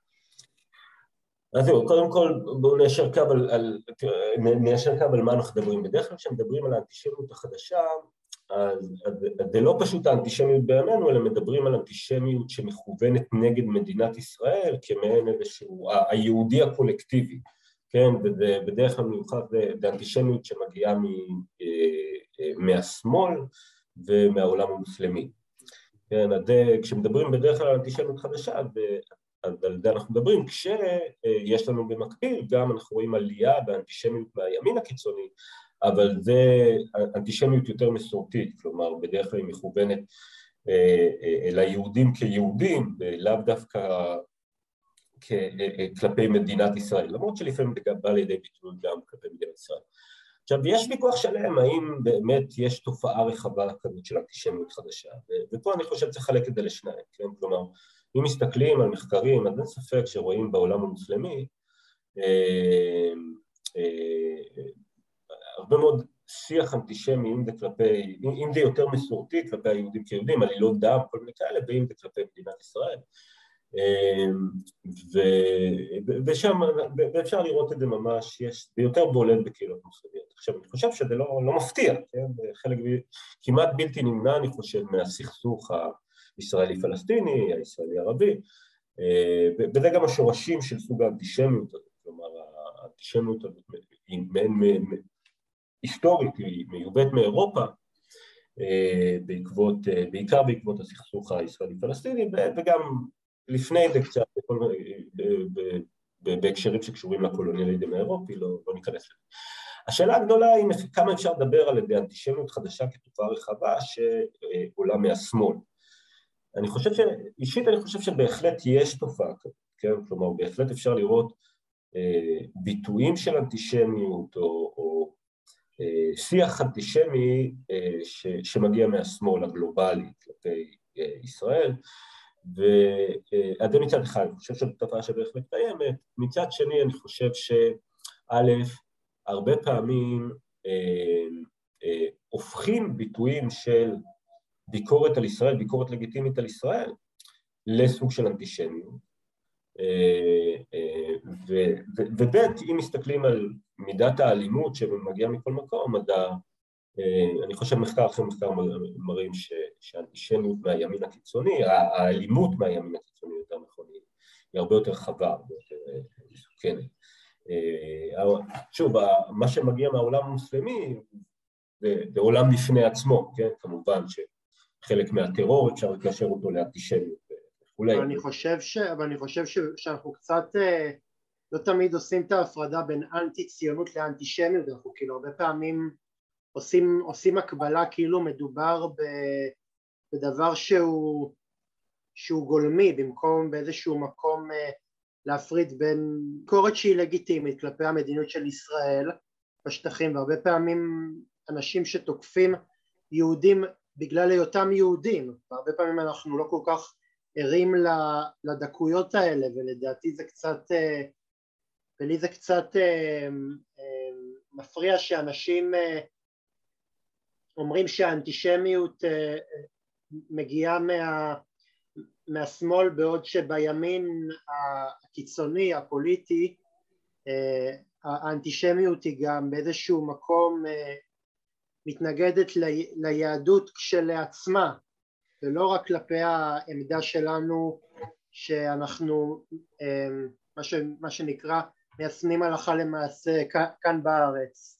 אז זהו, קודם כל בואו ניישר קו על, על, ניישר קו על מה אנחנו מדברים. בדרך כלל כשמדברים על האנטישמיות החדשה, אז, אז, אז זה לא פשוט האנטישמיות בימינו, אלא מדברים על אנטישמיות שמכוונת נגד מדינת ישראל, כמעין איזשהו, היהודי הקולקטיבי, כן, וזה בדרך כלל מיוחד, זה, זה אנטישמיות שמגיעה מ, מהשמאל ומהעולם המוסלמי. כן, אז כשמדברים בדרך כלל על אנטישמיות חדשה, אז, אז על זה אנחנו מדברים, כשיש לנו במקביל, גם אנחנו רואים עלייה באנטישמיות מהימין הקיצוני, אבל זה אנטישמיות יותר מסורתית, כלומר בדרך כלל היא מכוונת ליהודים כיהודים, לאו דווקא כלפי מדינת ישראל, למרות שלפעמים זה בא לידי ביטוי גם כלפי מדינת ישראל. עכשיו, יש ויכוח שלם, האם באמת יש תופעה רחבה כזאת של אנטישמיות חדשה, ופה אני חושב צריך לחלק את זה לשניים, כן? כלומר, אם מסתכלים על מחקרים, אז אין ספק שרואים בעולם המוסלמי, הרבה מאוד שיח אנטישמי, אם זה כלפי, אם זה יותר מסורתי כלפי היהודים כיהודים, עלילות דם, כל מיני כאלה, ואם זה כלפי מדינת ישראל. ושם, ואפשר לראות את זה ממש, יש, זה יותר בולט בקהילות מוסלמיות. עכשיו, אני חושב שזה לא, לא מפתיע, כן? חלק כמעט בלתי נמנע, אני חושב, מהסכסוך הישראלי-פלסטיני, הישראלי-ערבי, וזה גם השורשים של סוג האנטישמיות הזאת, כלומר, האנטישמיות הזאת היא מעין היסטורית, היא מיובאת מאירופה, בעקבות, בעיקר בעקבות הסכסוך הישראלי-פלסטיני, וגם לפני זה קצת, בהקשרים שקשורים לקולוניאליזם האירופי, לא, לא ניכנס לזה. השאלה הגדולה היא כמה אפשר לדבר על ידי אנטישמיות חדשה כתופעה רחבה שעולה מהשמאל. אני חושב ש... אישית אני חושב שבהחלט יש תופעה כזאת, כן? כלומר, בהחלט אפשר לראות אה, ביטויים של אנטישמיות או, או אה, שיח אנטישמי אה, ש, שמגיע מהשמאל הגלובלי כלפי אה, ישראל, ועד זה מצד אחד, אני חושב שזו תופעה שבהחלט קיימת, מצד שני אני חושב שא', הרבה פעמים אה, אה, הופכים ביטויים של ביקורת על ישראל, ביקורת לגיטימית על ישראל, לסוג של אנטישמיות. וב' אם מסתכלים על מידת האלימות שמגיעה מכל מקום, אז אני חושב מחקר אחרי מחקר מראים שהאנטישמיות מהימין הקיצוני, האלימות מהימין הקיצוני יותר נכון, היא הרבה יותר חווה, הרבה יותר מסוכנת. שוב, מה שמגיע מהעולם המוסלמי זה עולם לפני עצמו, כן? כמובן שחלק מהטרור אפשר לקשר אותו לאנטישמיות וכולי. אבל אני חושב ש... אבל אני חושב ש... שאנחנו קצת לא תמיד עושים את ההפרדה בין אנטי ציונות לאנטישמיות, אנחנו כאילו הרבה פעמים עושים, עושים הקבלה כאילו מדובר ב... בדבר שהוא, שהוא גולמי, במקום באיזשהו מקום להפריד בין ביקורת שהיא לגיטימית כלפי המדיניות של ישראל בשטחים, והרבה פעמים אנשים שתוקפים יהודים בגלל היותם יהודים, והרבה פעמים אנחנו לא כל כך ערים לדקויות האלה, ולדעתי זה קצת, ולי זה קצת מפריע שאנשים אומרים שהאנטישמיות מגיעה מה, מהשמאל, בעוד שבימין הקיצוני, הפוליטי, האנטישמיות היא גם באיזשהו מקום מתנגדת ליהדות כשלעצמה, ולא רק כלפי העמדה שלנו שאנחנו, מה, ש, מה שנקרא, מיישמים הלכה למעשה כאן בארץ.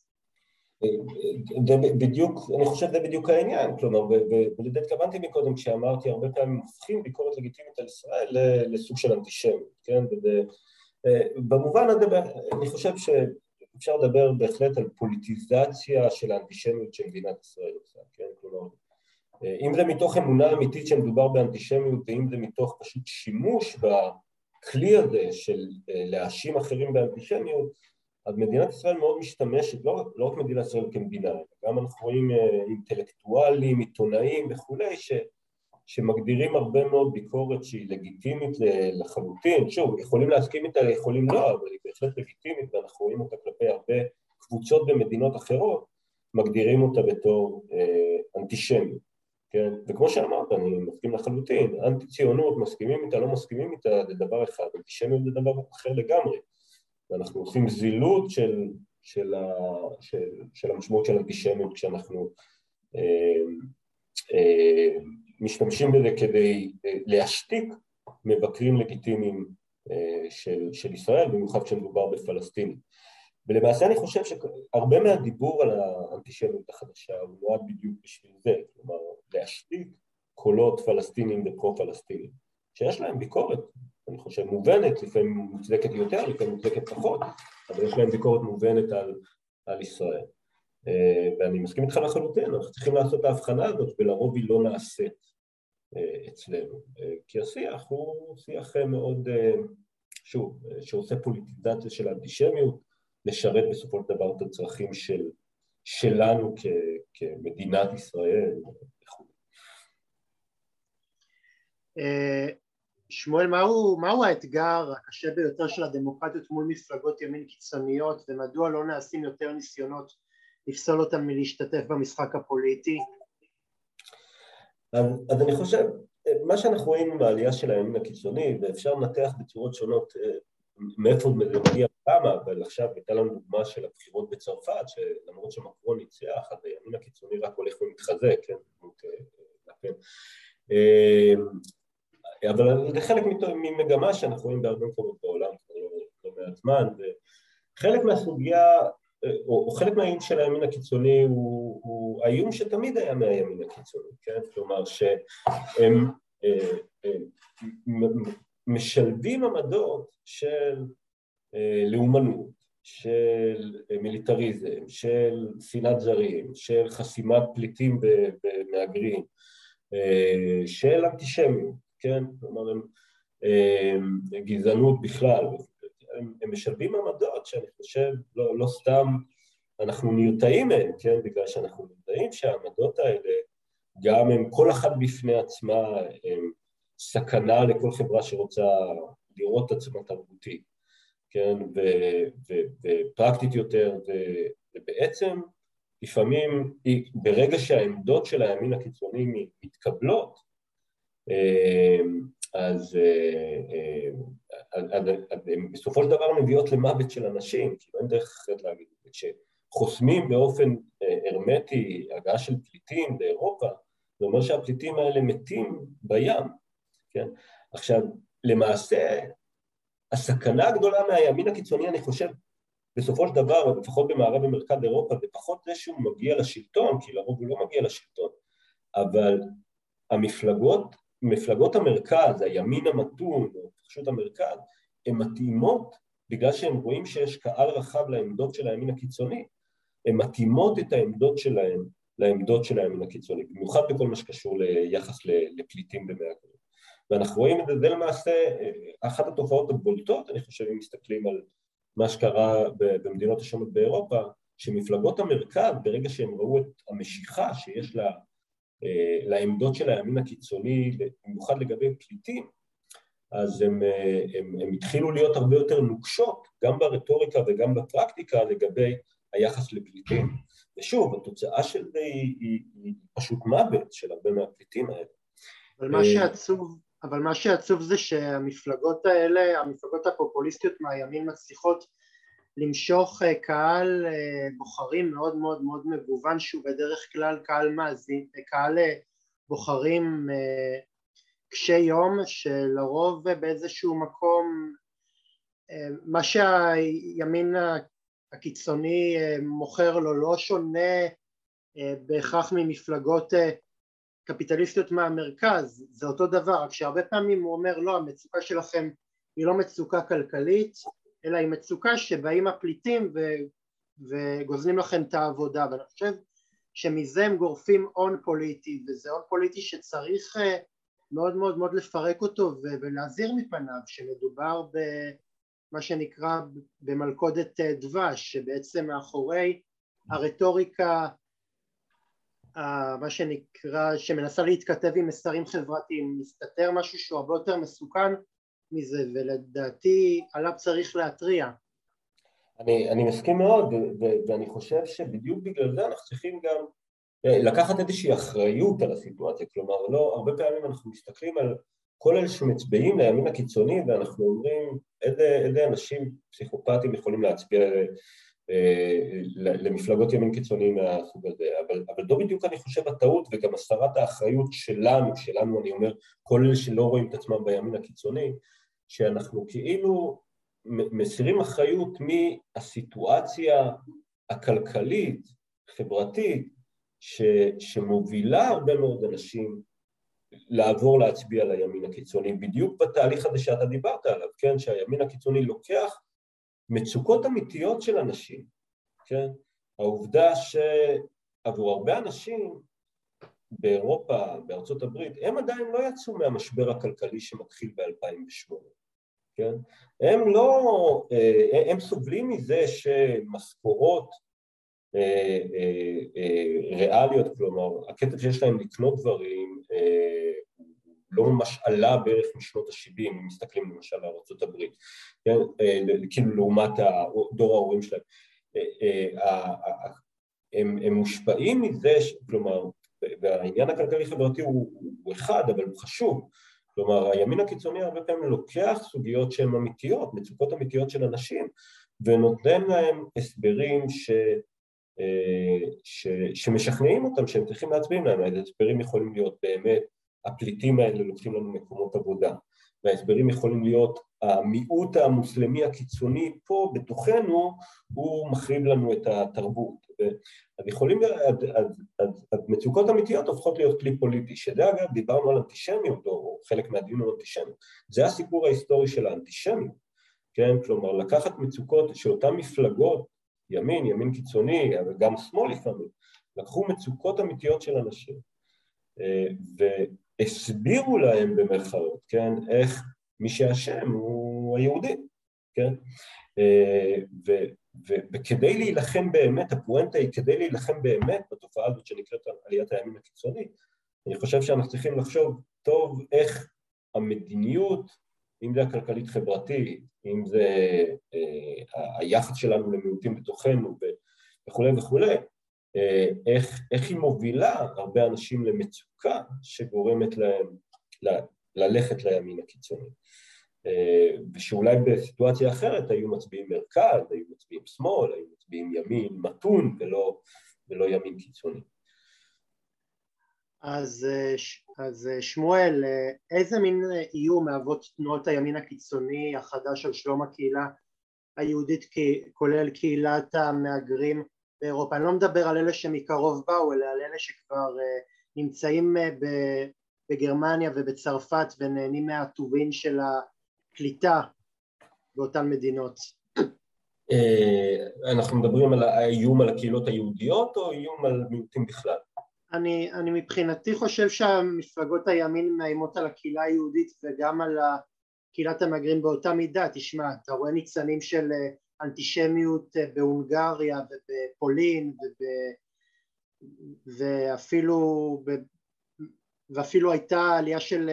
זה בדיוק, אני חושב שזה בדיוק העניין, כלומר, ולזה התכוונתי מקודם כשאמרתי הרבה פעמים הופכים ביקורת לגיטימית על ישראל לסוג של אנטישמיות, כן? וזה, במובן הזה אני חושב שאפשר לדבר בהחלט על פוליטיזציה של האנטישמיות של מדינת ישראל, כן? כלומר, אם זה מתוך אמונה אמיתית שמדובר באנטישמיות, ואם זה מתוך פשוט שימוש בכלי הזה של להאשים אחרים באנטישמיות, אז מדינת ישראל מאוד משתמשת, לא, לא רק מדינת ישראל כמדינה, גם אנחנו רואים אינטלקטואלים, עיתונאים וכולי, ש, שמגדירים הרבה מאוד ביקורת שהיא לגיטימית לחלוטין, שוב, יכולים להסכים איתה, יכולים לא, אבל היא בהחלט לגיטימית, ואנחנו רואים אותה כלפי הרבה קבוצות במדינות אחרות, מגדירים אותה בתור אה, אנטישמיות, כן? וכמו שאמרת, אני מסכים לחלוטין, אנטי ציונות, מסכימים איתה, לא מסכימים איתה, זה דבר אחד, אנטישמיות זה דבר אחר לגמרי, ואנחנו עושים זילות של, של, ה, של, של המשמעות של אנטישמיות כשאנחנו אה, אה, משתמשים בזה כדי אה, להשתיק מבקרים לגיטימיים אה, של, של ישראל, במיוחד כשמדובר בפלסטינים. ולמעשה אני חושב שהרבה מהדיבור על האנטישמיות החדשה הוא נועד בדיוק בשביל זה, כלומר להשתיק קולות פלסטינים ופרו-פלסטינים, שיש להם ביקורת, אני חושב מובנת, לפעמים מוצדקת יותר, לפעמים מוצדקת פחות, אבל יש להם ביקורת מובנת על, על ישראל. ואני מסכים איתך לחלוטין, אנחנו צריכים לעשות את ההבחנה הזאת, ולרוב היא לא נעשית אצלנו, כי השיח הוא שיח מאוד, שוב, שעושה פוליטיזציה של האנטישמיות, לשרת בסופו של דבר את הצרכים של, שלנו כ, כמדינת ישראל. שמואל, מהו, מהו האתגר הקשה ביותר של הדמוקרטיות מול מפלגות ימין קיצוניות, ומדוע לא נעשים יותר ניסיונות לפסול אותם מלהשתתף במשחק הפוליטי? אז, אז אני חושב, מה שאנחנו רואים בעלייה של הימין הקיצוני, ואפשר לנתח בצורות שונות מאיפה זה מגיע כמה, אבל עכשיו הייתה לנו דוגמה של הבחירות בצרפת, שלמרות שמקרון ניצח, אז הימין הקיצוני רק הולך ומתחזק, כן? כן. אבל זה חלק ממגמה שאנחנו רואים בהרבה מקומות בעולם, לא מעט זמן, וחלק מהסוגיה, או חלק מהאיום של הימין הקיצוני הוא, הוא האיום שתמיד היה מהימין הקיצוני, כן? כלומר שהם משלבים עמדות של לאומנות, של מיליטריזם, של שנאת זרים, של חסימת פליטים ומהגרים, של אנטישמיות, כן? כלומר, הם, הם, גזענות בכלל, הם, הם משלבים עמדות שאני חושב, לא, לא סתם אנחנו נרתעים מהם, כן? בגלל שאנחנו נרתעים שהעמדות האלה, גם הם כל אחת בפני עצמה, הם סכנה לכל חברה שרוצה לראות את עצמה תרבותית, כן? ופרקטית יותר, ובעצם לפעמים ברגע שהעמדות של הימין הקיצוני מתקבלות, אז בסופו של דבר מביאות למוות של אנשים, כי אין דרך אחרת להגיד את וכשחוסמים באופן הרמטי הגעה של פליטים באירופה, זה אומר שהפליטים האלה מתים בים, כן? עכשיו, למעשה, הסכנה הגדולה מהימין הקיצוני, אני חושב, בסופו של דבר, לפחות במערב ומרכז אירופה, זה פחות זה שהוא מגיע לשלטון, כי לרוב הוא לא מגיע לשלטון, אבל המפלגות, מפלגות המרכז, הימין המתון, או פשוט המרכז, הן מתאימות, בגלל שהם רואים שיש קהל רחב לעמדות של הימין הקיצוני, הן מתאימות את העמדות שלהם לעמדות של הימין הקיצוני, במיוחד בכל מה שקשור ליחס לפליטים במהגרים. ואנחנו רואים את זה, זה למעשה אחת התופעות הבולטות, אני חושב, אם מסתכלים על מה שקרה במדינות השונות באירופה, שמפלגות המרכז, ברגע שהם ראו את המשיכה שיש לה, לעמדות של הימין הקיצוני, במיוחד לגבי פליטים, אז הם, הם, הם התחילו להיות הרבה יותר נוקשות, גם ברטוריקה וגם בפרקטיקה, לגבי היחס לפליטים. ושוב, התוצאה של זה היא, היא, היא פשוט מוות של הרבה מהפליטים האלה. אבל מה שעצוב, אבל מה שעצוב זה שהמפלגות האלה, המפלגות הפופוליסטיות מהימין מצליחות למשוך קהל בוחרים מאוד מאוד מאוד מגוון, שהוא בדרך כלל קהל מאזין, קהל בוחרים קשי יום, שלרוב באיזשהו מקום, מה שהימין הקיצוני מוכר לו לא שונה בהכרח ממפלגות קפיטליסטיות מהמרכז, זה אותו דבר, רק שהרבה פעמים הוא אומר לא, המצוקה שלכם היא לא מצוקה כלכלית, אלא היא מצוקה שבאים הפליטים ו, וגוזלים לכם את העבודה, ואני חושב שמזה הם גורפים הון פוליטי, וזה הון פוליטי שצריך מאוד מאוד מאוד לפרק אותו ולהזהיר מפניו, שמדובר במה שנקרא במלכודת דבש, שבעצם מאחורי הרטוריקה, מה שנקרא, שמנסה להתכתב עם מסרים חברתיים, מסתתר משהו שהוא הרבה יותר מסוכן מזה, ולדעתי עליו צריך להתריע. אני, אני מסכים מאוד, ואני חושב שבדיוק בגלל זה אנחנו צריכים גם לקחת איזושהי אחריות על הסיטואציה, כלומר, לא, הרבה פעמים אנחנו מסתכלים על כל אלה שמצביעים לימין הקיצוני, ואנחנו אומרים, איזה, איזה אנשים פסיכופטיים יכולים להצביע למפלגות ימין קיצוני מהסוג הזה, אבל, אבל לא בדיוק אני חושב הטעות, וגם הסרת האחריות שלנו, שלנו אני אומר, כל אלה שלא רואים את עצמם בימין הקיצוני, שאנחנו כאילו מסירים אחריות מהסיטואציה הכלכלית, חברתית, ש, שמובילה הרבה מאוד אנשים לעבור להצביע לימין הקיצוני, בדיוק בתהליך הזה שאתה דיברת עליו, כן? שהימין הקיצוני לוקח מצוקות אמיתיות של אנשים, כן? העובדה שעבור הרבה אנשים באירופה, בארצות הברית, הם עדיין לא יצאו מהמשבר הכלכלי שמתחיל ב-אלפיים ושמונה, כן? הם לא, הם סובלים מזה שמשכורות ריאליות, כלומר, הקטע שיש להם לקנות דברים, לא ממש עלה בערך משנות ה-שבעים, אם מסתכלים למשל על ארצות הברית, כן? כאילו לעומת דור ההורים שלהם. הם, הם מושפעים מזה, כלומר, והעניין הכלכלי-חברתי הוא, הוא אחד, אבל הוא חשוב. כלומר, הימין הקיצוני הרבה פעמים לוקח סוגיות שהן אמיתיות, מצוקות אמיתיות של אנשים, ונותן להם הסברים ש, ש, שמשכנעים אותם, שהם צריכים להצביעים להם. ההסברים יכולים להיות באמת, הפליטים האלה לוקחים לנו מקומות עבודה, וההסברים יכולים להיות המיעוט המוסלמי הקיצוני פה בתוכנו, הוא מחריב לנו את התרבות. אז יכולים, אז, אז, אז, אז מצוקות אמיתיות הופכות להיות כלי פוליטי, שזה אגב דיברנו על אנטישמיות, או חלק מהדיון על אנטישמיות, זה הסיפור ההיסטורי של האנטישמיות, כן? כלומר, לקחת מצוקות שאותן מפלגות, ימין, ימין קיצוני, אבל גם שמאל לפעמים, לקחו מצוקות אמיתיות של אנשים, והסבירו להם במרכאות, כן? איך מי שהשם הוא היהודי, כן? ו, ו, וכדי להילחם באמת, הפואנטה היא כדי להילחם באמת בתופעה הזאת שנקראת עליית הימין הקיצוני, אני חושב שאנחנו צריכים לחשוב טוב איך המדיניות, אם זה הכלכלית חברתית, אם זה אה, היחס שלנו למיעוטים בתוכנו וכו' וכו', אה, איך, איך היא מובילה הרבה אנשים למצוקה שגורמת להם ל, ללכת לימין הקיצוני. ושאולי בסיטואציה אחרת היו מצביעים מרכז, היו מצביעים שמאל, היו מצביעים מצביעים ימין מתון ולא, ולא ימין קיצוני. אז, אז שמואל, איזה מין איום מהוות תנועות הימין הקיצוני החדש על שלום הקהילה היהודית, כולל קהילת המהגרים באירופה? אני לא מדבר על אלה שמקרוב באו, אלא על אלה שכבר נמצאים בגרמניה ובצרפת ונהנים מהטובין של הקליטה באותן מדינות. אנחנו מדברים על האיום על הקהילות היהודיות או איום על מיעוטים בכלל? אני, אני מבחינתי חושב שהמפלגות הימין מאיימות על הקהילה היהודית וגם על קהילת המהגרים באותה מידה. תשמע, אתה רואה ניצנים של אנטישמיות בהונגריה ובפולין וב, ואפילו, ואפילו הייתה עלייה של,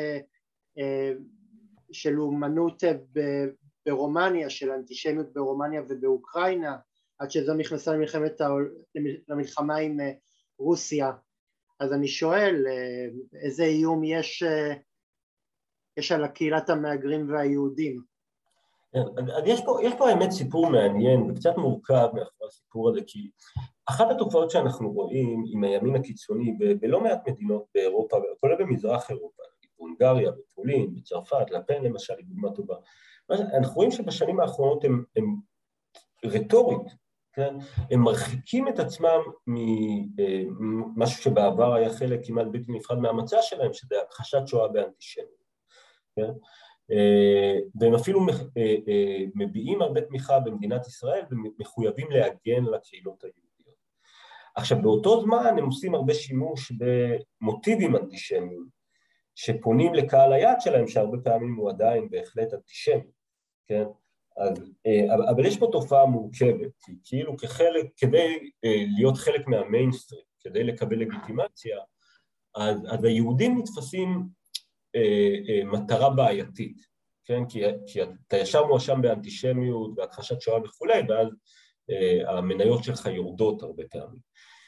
של אומנות ברומניה, של אנטישמיות ברומניה ובאוקראינה, עד שזו נכנסה למלחמת, למלחמה עם רוסיה. אז אני שואל, איזה איום יש, יש על הקהילת המהגרים והיהודים? יש פה, יש פה האמת סיפור מעניין וקצת מורכב מאחורי הסיפור הזה, כי אחת התופעות שאנחנו רואים עם הימין הקיצוני בלא מעט מדינות באירופה, כולל במזרח אירופה, בהונגריה, בפולין, בצרפת, לפן למשל, היא דוגמה טובה. אנחנו רואים שבשנים האחרונות הם, הם רטורית, כן? הם מרחיקים את עצמם ממשהו שבעבר היה חלק כמעט בלתי נפרד מהמצע שלהם, שזה הכחשת שואה באנטישמיות. כן? והם אפילו מביעים הרבה תמיכה במדינת ישראל ומחויבים להגן על הקהילות היהודיות. עכשיו, באותו זמן הם עושים הרבה שימוש במוטיבים אנטישמיים, שפונים לקהל היעד שלהם, שהרבה פעמים הוא עדיין בהחלט אנטישמי. כן? אז, אבל יש פה תופעה מורכבת, כי כאילו כחלק, כדי להיות חלק מהמיינסטרים, כדי לקבל לגיטימציה, אז, אז היהודים נתפסים מטרה בעייתית, כן? כי, כי אתה ישר מואשם באנטישמיות והכחשת שואה וכו', ואז המניות שלך יורדות הרבה פעמים.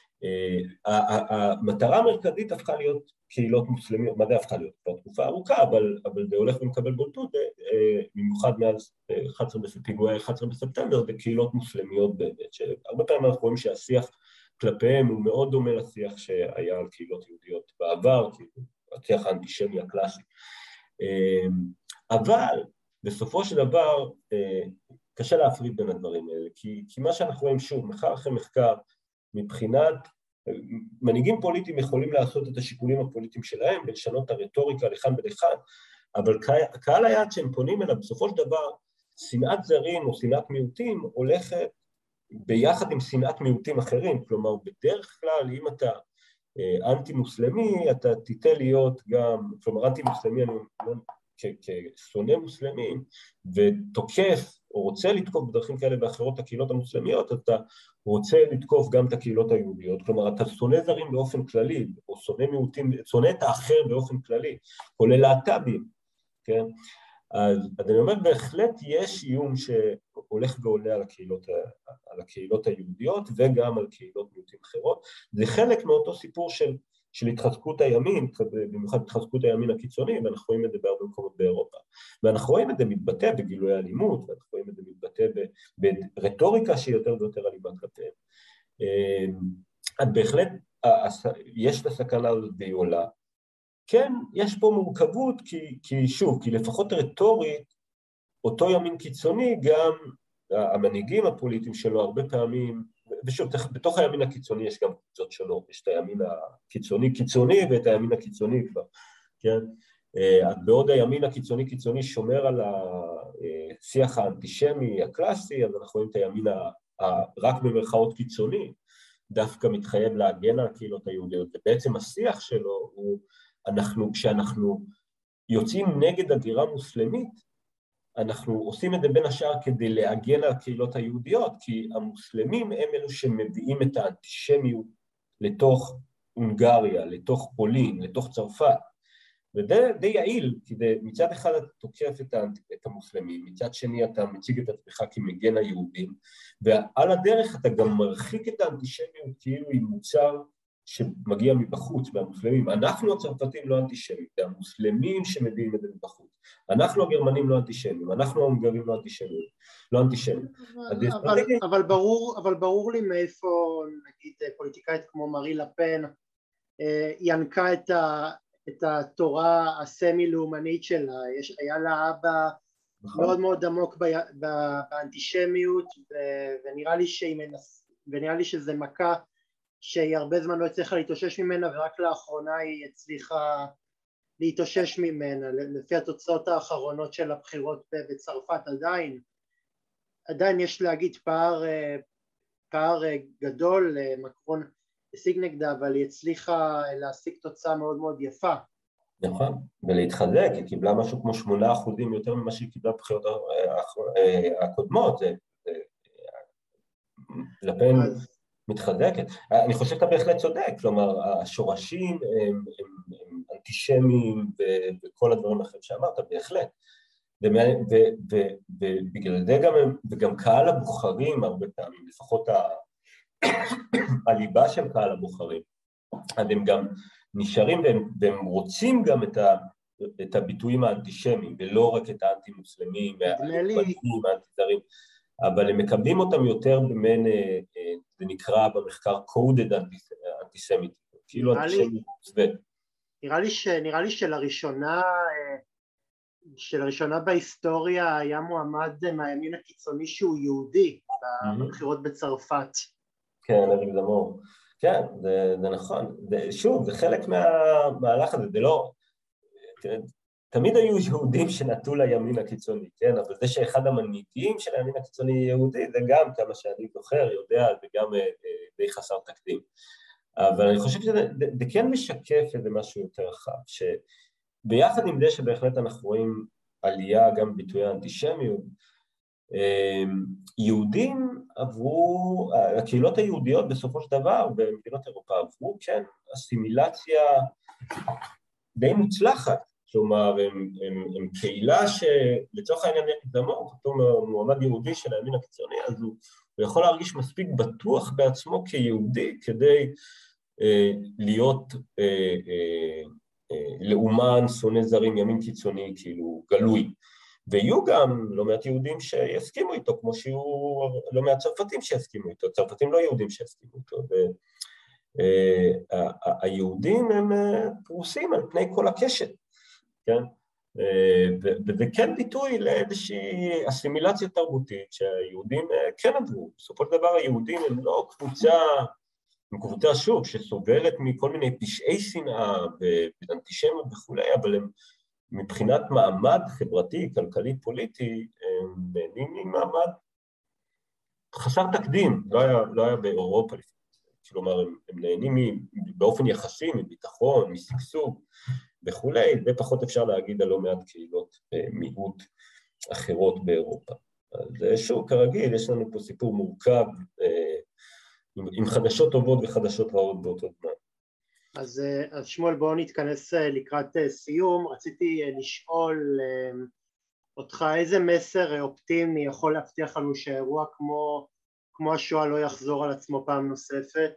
המטרה המרכזית הפכה להיות קהילות מוסלמיות, מה זה הפכה להיות? כבר תקופה ארוכה, אבל, אבל זה הולך ומקבל בולטות, במיוחד מאז פיגועי אחד עשר בספטמבר, בקהילות מוסלמיות באמת, שהרבה פעמים אנחנו רואים שהשיח כלפיהם הוא מאוד דומה לשיח שהיה על קהילות יהודיות בעבר, כאילו, השיח האנטישמי הקלאסי. אבל בסופו של דבר, קשה להפריד בין הדברים האלה, כי, כי מה שאנחנו רואים שוב, מחקר אחרי מחקר, מבחינת מנהיגים פוליטיים יכולים לעשות את השיקולים הפוליטיים שלהם ולשנות את הרטוריקה לכאן ולכאן, אבל קהל היעד שהם פונים אליו, בסופו של דבר, שנאת זרים או שנאת מיעוטים הולכת ביחד עם שנאת מיעוטים אחרים, כלומר בדרך כלל אם אתה אנטי מוסלמי, אתה תיתה להיות גם, כלומר אנטי מוסלמי אני אומר כשונא מוסלמים ותוקף או רוצה לתקוף בדרכים כאלה ואחרות את הקהילות המוסלמיות, אתה רוצה לתקוף גם את הקהילות היהודיות, כלומר אתה שונא זרים באופן כללי, או שונא מיעוטים, שונא את האחר באופן כללי, כולל להט"בים, כן? אז, אז אני אומר, בהחלט יש איום שהולך ועולה על הקהילות, על הקהילות היהודיות וגם על קהילות מיעוטים אחרות, זה חלק מאותו סיפור של של התחזקות הימין, במיוחד התחזקות הימין הקיצוני, ואנחנו רואים את זה בהרבה מקומות באירופה. ואנחנו רואים את זה מתבטא בגילוי אלימות, ואנחנו רואים את זה מתבטא ברטוריקה שהיא יותר ויותר אלימה כלפיהם. אז בהחלט יש את הסכנה הזאת והיא עולה. כן, יש פה מורכבות, כי, כי שוב, כי לפחות רטורית, אותו ימין קיצוני, גם המנהיגים הפוליטיים שלו הרבה פעמים, ושוב, בתוך הימין הקיצוני יש גם קבוצות שונות, יש את הימין הקיצוני קיצוני ואת הימין הקיצוני כבר, כן? בעוד הימין הקיצוני קיצוני שומר על השיח האנטישמי הקלאסי, אז אנחנו רואים את הימין רק במרכאות קיצוני, דווקא מתחייב להגן על הקהילות היהודיות, ובעצם השיח שלו הוא, אנחנו, כשאנחנו יוצאים נגד הגירה מוסלמית, אנחנו עושים את זה בין השאר כדי להגן על הקהילות היהודיות, כי המוסלמים הם אלו שמביאים את האנטישמיות לתוך הונגריה, לתוך פולין, לתוך צרפת, וזה די יעיל, כי מצד אחד אתה תוקף את המוסלמים, מצד שני אתה מציג את עצמך כמגן היהודים, ועל הדרך אתה גם מרחיק את האנטישמיות כאילו היא מוצר שמגיע מבחוץ, מהמוסלמים. אנחנו הצרפתים לא אנטישמים, זה המוסלמים שמביאים את זה מבחוץ. אנחנו הגרמנים לא אנטישמים, אנחנו ההונגרים לא אנטישמים, לא אנטישמים. אבל, אבל, ברור, אבל ברור לי מאיפה, נגיד, פוליטיקאית כמו מארי לפן, ינקה את, ה, את התורה הסמי-לאומנית שלה. יש, היה לה אבא נכון. מאוד מאוד עמוק ב, ב, באנטישמיות, ו, ונראה לי שהיא מנס, ונראה לי שזה מכה שהיא הרבה זמן לא הצליחה להתאושש ממנה, ורק לאחרונה היא הצליחה להתאושש ממנה, לפי התוצאות האחרונות של הבחירות בצרפת. עדיין, עדיין יש להגיד פער, פער גדול, מקרון השיג נגדה, אבל היא הצליחה להשיג תוצאה מאוד מאוד יפה. נכון, ולהתחזק, היא קיבלה משהו כמו שמונה אחוזים יותר ממה שהיא קיבלה בבחירות הקודמות, לפן מתחזקת. אני חושב שאתה בהחלט צודק, כלומר, השורשים הם, הם, הם אנטישמיים וכל הדברים האחרים שאמרת, בהחלט. ובגלל זה גם, וגם קהל הבוחרים הרבה פעמים, לפחות ה, הליבה של קהל הבוחרים, אז הם גם נשארים והם, והם רוצים גם את, ה, את הביטויים האנטישמיים, ולא רק את האנטי-מוסלמים, והאנטי-זרים, אבל הם מקבלים אותם יותר במין, זה נקרא במחקר coded אנטיסמית, כאילו אנטישמית מוצוות. נראה לי, ש, נראה לי שלראשונה, שלראשונה בהיסטוריה היה מועמד מהימין הקיצוני שהוא יהודי, בבחירות בצרפת. כן, אריק זמור. כן, זה, זה נכון. זה, שוב, זה חלק מהמהלך הזה, זה לא... תמיד היו יהודים שנטו לימין הקיצוני, כן? אבל זה שאחד המנהיגים של הימין הקיצוני יהודי, זה גם כמה שאני זוכר, יודע, וגם די חסר תקדים. אבל אני חושב שזה זה, זה כן משקף איזה משהו יותר רחב, שביחד עם זה שבהחלט אנחנו רואים עלייה גם ביטויי האנטישמיות, יהודים עברו, הקהילות היהודיות בסופו של דבר במדינות אירופה עברו, כן, אסימילציה די מוצלחת, כלומר, הם, הם, הם קהילה שלצורך העניין דמו, אותו מועמד יהודי של הימין הקיצוני, אז הוא, הוא יכול להרגיש מספיק בטוח בעצמו כיהודי, כדי אה, להיות אה, אה, אה, לאומן, שונא זרים, ימין קיצוני, כאילו גלוי. ויהיו גם לא מעט יהודים שיסכימו איתו, כמו שיהיו לא מעט צרפתים שיסכימו איתו, צרפתים לא יהודים שיסכימו איתו, ו... היהודים הם פרוסים על פני כל הקשת, כן? וזה כן ביטוי לאיזושהי אסימילציה תרבותית שהיהודים כן עברו. בסופו של דבר היהודים הם לא קבוצה, הם קבוצה שוב שסובלת מכל מיני פשעי שנאה ואנטישמיות וכולי, אבל הם מבחינת מעמד חברתי, כלכלי, פוליטי, הם נהנים ממעמד חסר תקדים, לא היה, לא היה באירופה לפני. כלומר, הם, הם נהנים באופן יחסי, מביטחון, מסגסוג וכולי, זה פחות אפשר להגיד על לא מעט קהילות מיעוט אחרות באירופה. אז שוב, כרגיל, יש לנו פה סיפור מורכב, עם, עם חדשות טובות וחדשות רעות באותו זמן. אז, אז שמואל, בואו נתכנס לקראת סיום. רציתי לשאול אותך, איזה מסר אופטימי יכול להבטיח לנו שהאירוע כמו... כמו השואה לא יחזור על עצמו פעם נוספת?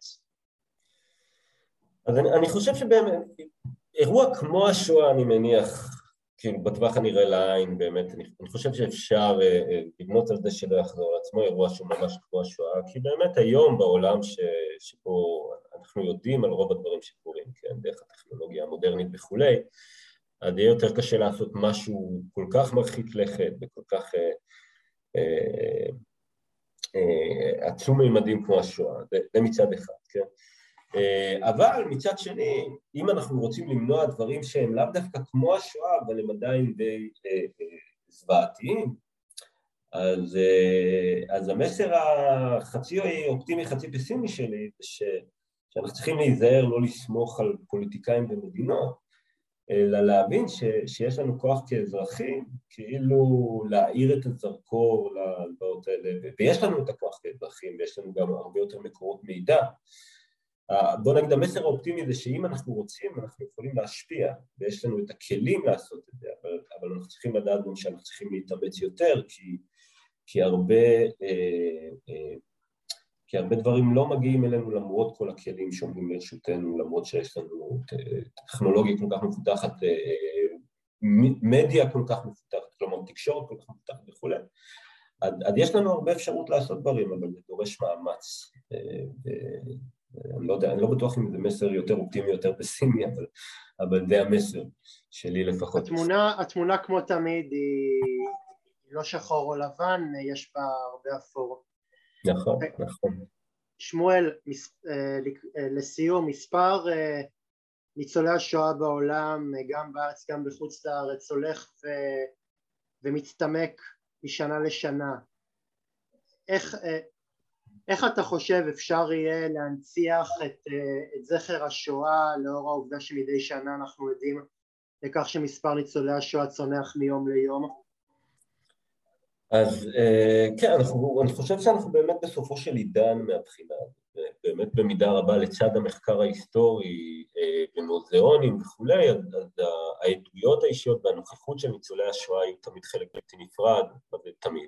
אז אני, אני חושב שבאמת, אירוע כמו השואה, אני מניח, כאילו בטווח הנראה לעין, באמת, אני, אני חושב שאפשר אה, לבנות על זה שלא יחזור על עצמו, אירוע שהוא ממש כמו השואה, כי באמת היום בעולם ש, שבו אנחנו יודעים על רוב הדברים שקורים, כן, דרך הטכנולוגיה המודרנית וכולי, אז יהיה יותר קשה לעשות משהו כל כך מרחיק לכת וכל כך... אה, אה, עצום מימדים כמו השואה, זה, זה מצד אחד, כן? אבל מצד שני, אם אנחנו רוצים למנוע דברים שהם לאו דווקא כמו השואה, אבל הם עדיין די זוועתיים, אז, אז המסר החצי אופטימי, חצי פסימי שלי, זה ש, שאנחנו צריכים להיזהר לא לסמוך על פוליטיקאים במדינות, אלא להבין ש, שיש לנו כוח כאזרחים, כאילו להאיר את הזרקור להלוואות האלה, ויש לנו את הכוח כאזרחים, ויש לנו גם הרבה יותר מקורות מידע. בוא נגיד, המסר האופטימי זה שאם אנחנו רוצים, אנחנו יכולים להשפיע, ויש לנו את הכלים לעשות את זה, אבל, אבל אנחנו צריכים לדעת גם שאנחנו צריכים להתאמץ יותר, כי, כי הרבה, כי הרבה דברים לא מגיעים אלינו למרות כל הכלים שעומדים לרשותנו, למרות שיש לנו טכנולוגיה כל כך מפותחת, מדיה כל כך מפותחת, כלומר תקשורת כל כך מפותחת וכו'. אז יש לנו הרבה אפשרות לעשות דברים, אבל זה דורש מאמץ. אני לא יודע, אני לא בטוח אם זה מסר יותר אופטימי, יותר פסימי, אבל, אבל זה המסר שלי לפחות. התמונה, התמונה כמו תמיד היא לא שחור או לבן, יש בה הרבה אפור. נכון, נכון. שמואל, לסיום, מספר ניצולי השואה בעולם, גם בארץ, גם בחוץ לארץ, הולך ו... ומצטמק משנה לשנה. איך, איך אתה חושב אפשר יהיה להנציח את, את זכר השואה לאור העובדה שמדי שנה אנחנו יודעים לכך שמספר ניצולי השואה צונח מיום ליום? אז כן, אנחנו, אני חושב שאנחנו באמת בסופו של עידן מהבחינה, באמת במידה רבה לצד המחקר ההיסטורי במוזיאונים וכולי, אז העדויות האישיות והנוכחות של ניצולי השואה היו תמיד חלק בלתי נפרד, תמיד.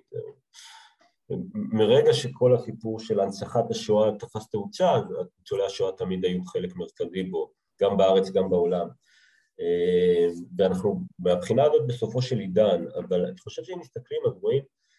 מרגע שכל הסיפור של הנצחת השואה תפס תאוצה, אז ניצולי השואה תמיד היו חלק מרכזי בו, גם בארץ, גם בעולם. ואנחנו מהבחינה הזאת בסופו של עידן, אבל אני חושב שאם מסתכלים אז רואים,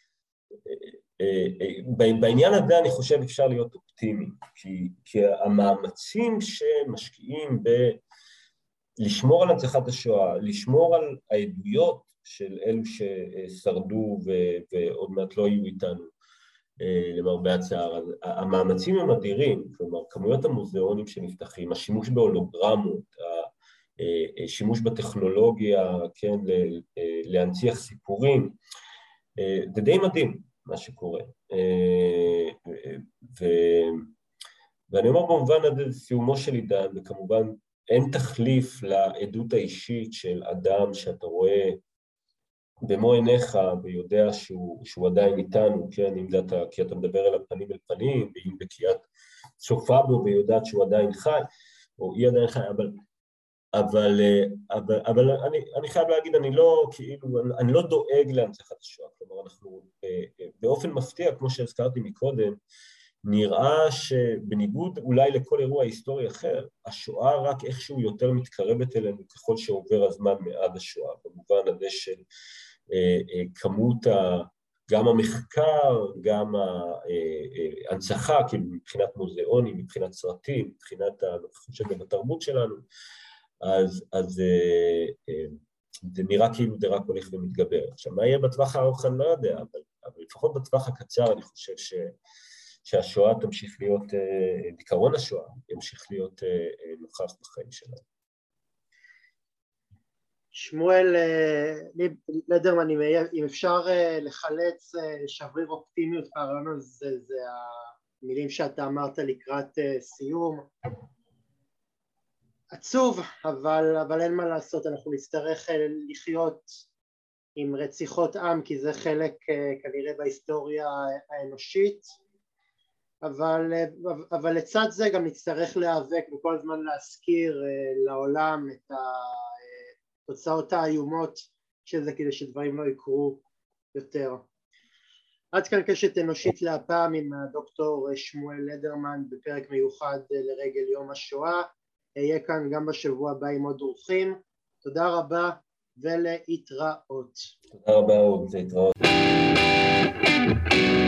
בעניין הזה אני חושב אפשר להיות אופטימי, כי, כי המאמצים שמשקיעים בלשמור על הנצחת השואה, לשמור על העדויות של אלו ששרדו ו, ועוד מעט לא יהיו איתנו, למרבה הצער, אז המאמצים הם אדירים, כלומר כמויות המוזיאונים שנפתחים, השימוש בהולוגרמות, שימוש בטכנולוגיה, כן, להנציח סיפורים, זה די מדהים מה שקורה. ו... ואני אומר במובן הזה, סיומו של עידן, וכמובן אין תחליף לעדות האישית של אדם שאתה רואה במו עיניך ויודע שהוא, שהוא עדיין איתנו, כן, אם זה אתה, כי אתה מדבר אליו פנים אל פנים, ואם כי את צופה בו ויודעת שהוא עדיין חי, או היא עדיין חי, אבל אבל, אבל, אבל אני, אני חייב להגיד, אני לא, כאילו, אני, אני לא דואג להנצחת השואה, כלומר, אנחנו באופן מפתיע, כמו שהזכרתי מקודם, נראה שבניגוד אולי לכל אירוע היסטורי אחר, השואה רק איכשהו יותר מתקרבת אלינו ככל שעובר הזמן מעד השואה, במובן הזה של כמות ה... גם המחקר, גם ההנצחה, כאילו מבחינת מוזיאונים, מבחינת סרטים, מבחינת הנוכחות שלנו בתרבות שלנו, אז, אז זה נראה כאילו זה רק הולך ומתגבר. עכשיו, מה יהיה בטווח הארוך אני לא יודע, אבל, אבל לפחות בטווח הקצר אני חושב ש, שהשואה תמשיך להיות, זיכרון השואה, ימשיך להיות נוכח בחיים שלנו. שמואל לדרמן, אם אפשר לחלץ שבריר אופטימיות ברעיון הזה, זה המילים שאתה אמרת לקראת סיום. עצוב, אבל, אבל אין מה לעשות, אנחנו נצטרך לחיות עם רציחות עם, כי זה חלק כנראה בהיסטוריה האנושית, אבל, אבל לצד זה גם נצטרך להיאבק וכל הזמן להזכיר לעולם את התוצאות האיומות של זה, כדי שדברים לא יקרו יותר. עד כאן קשת אנושית להפעם עם הדוקטור שמואל לדרמן בפרק מיוחד לרגל יום השואה. אהיה כאן גם בשבוע הבא עם עוד אורחים. תודה רבה ולהתראות. תודה רבה, להתראות.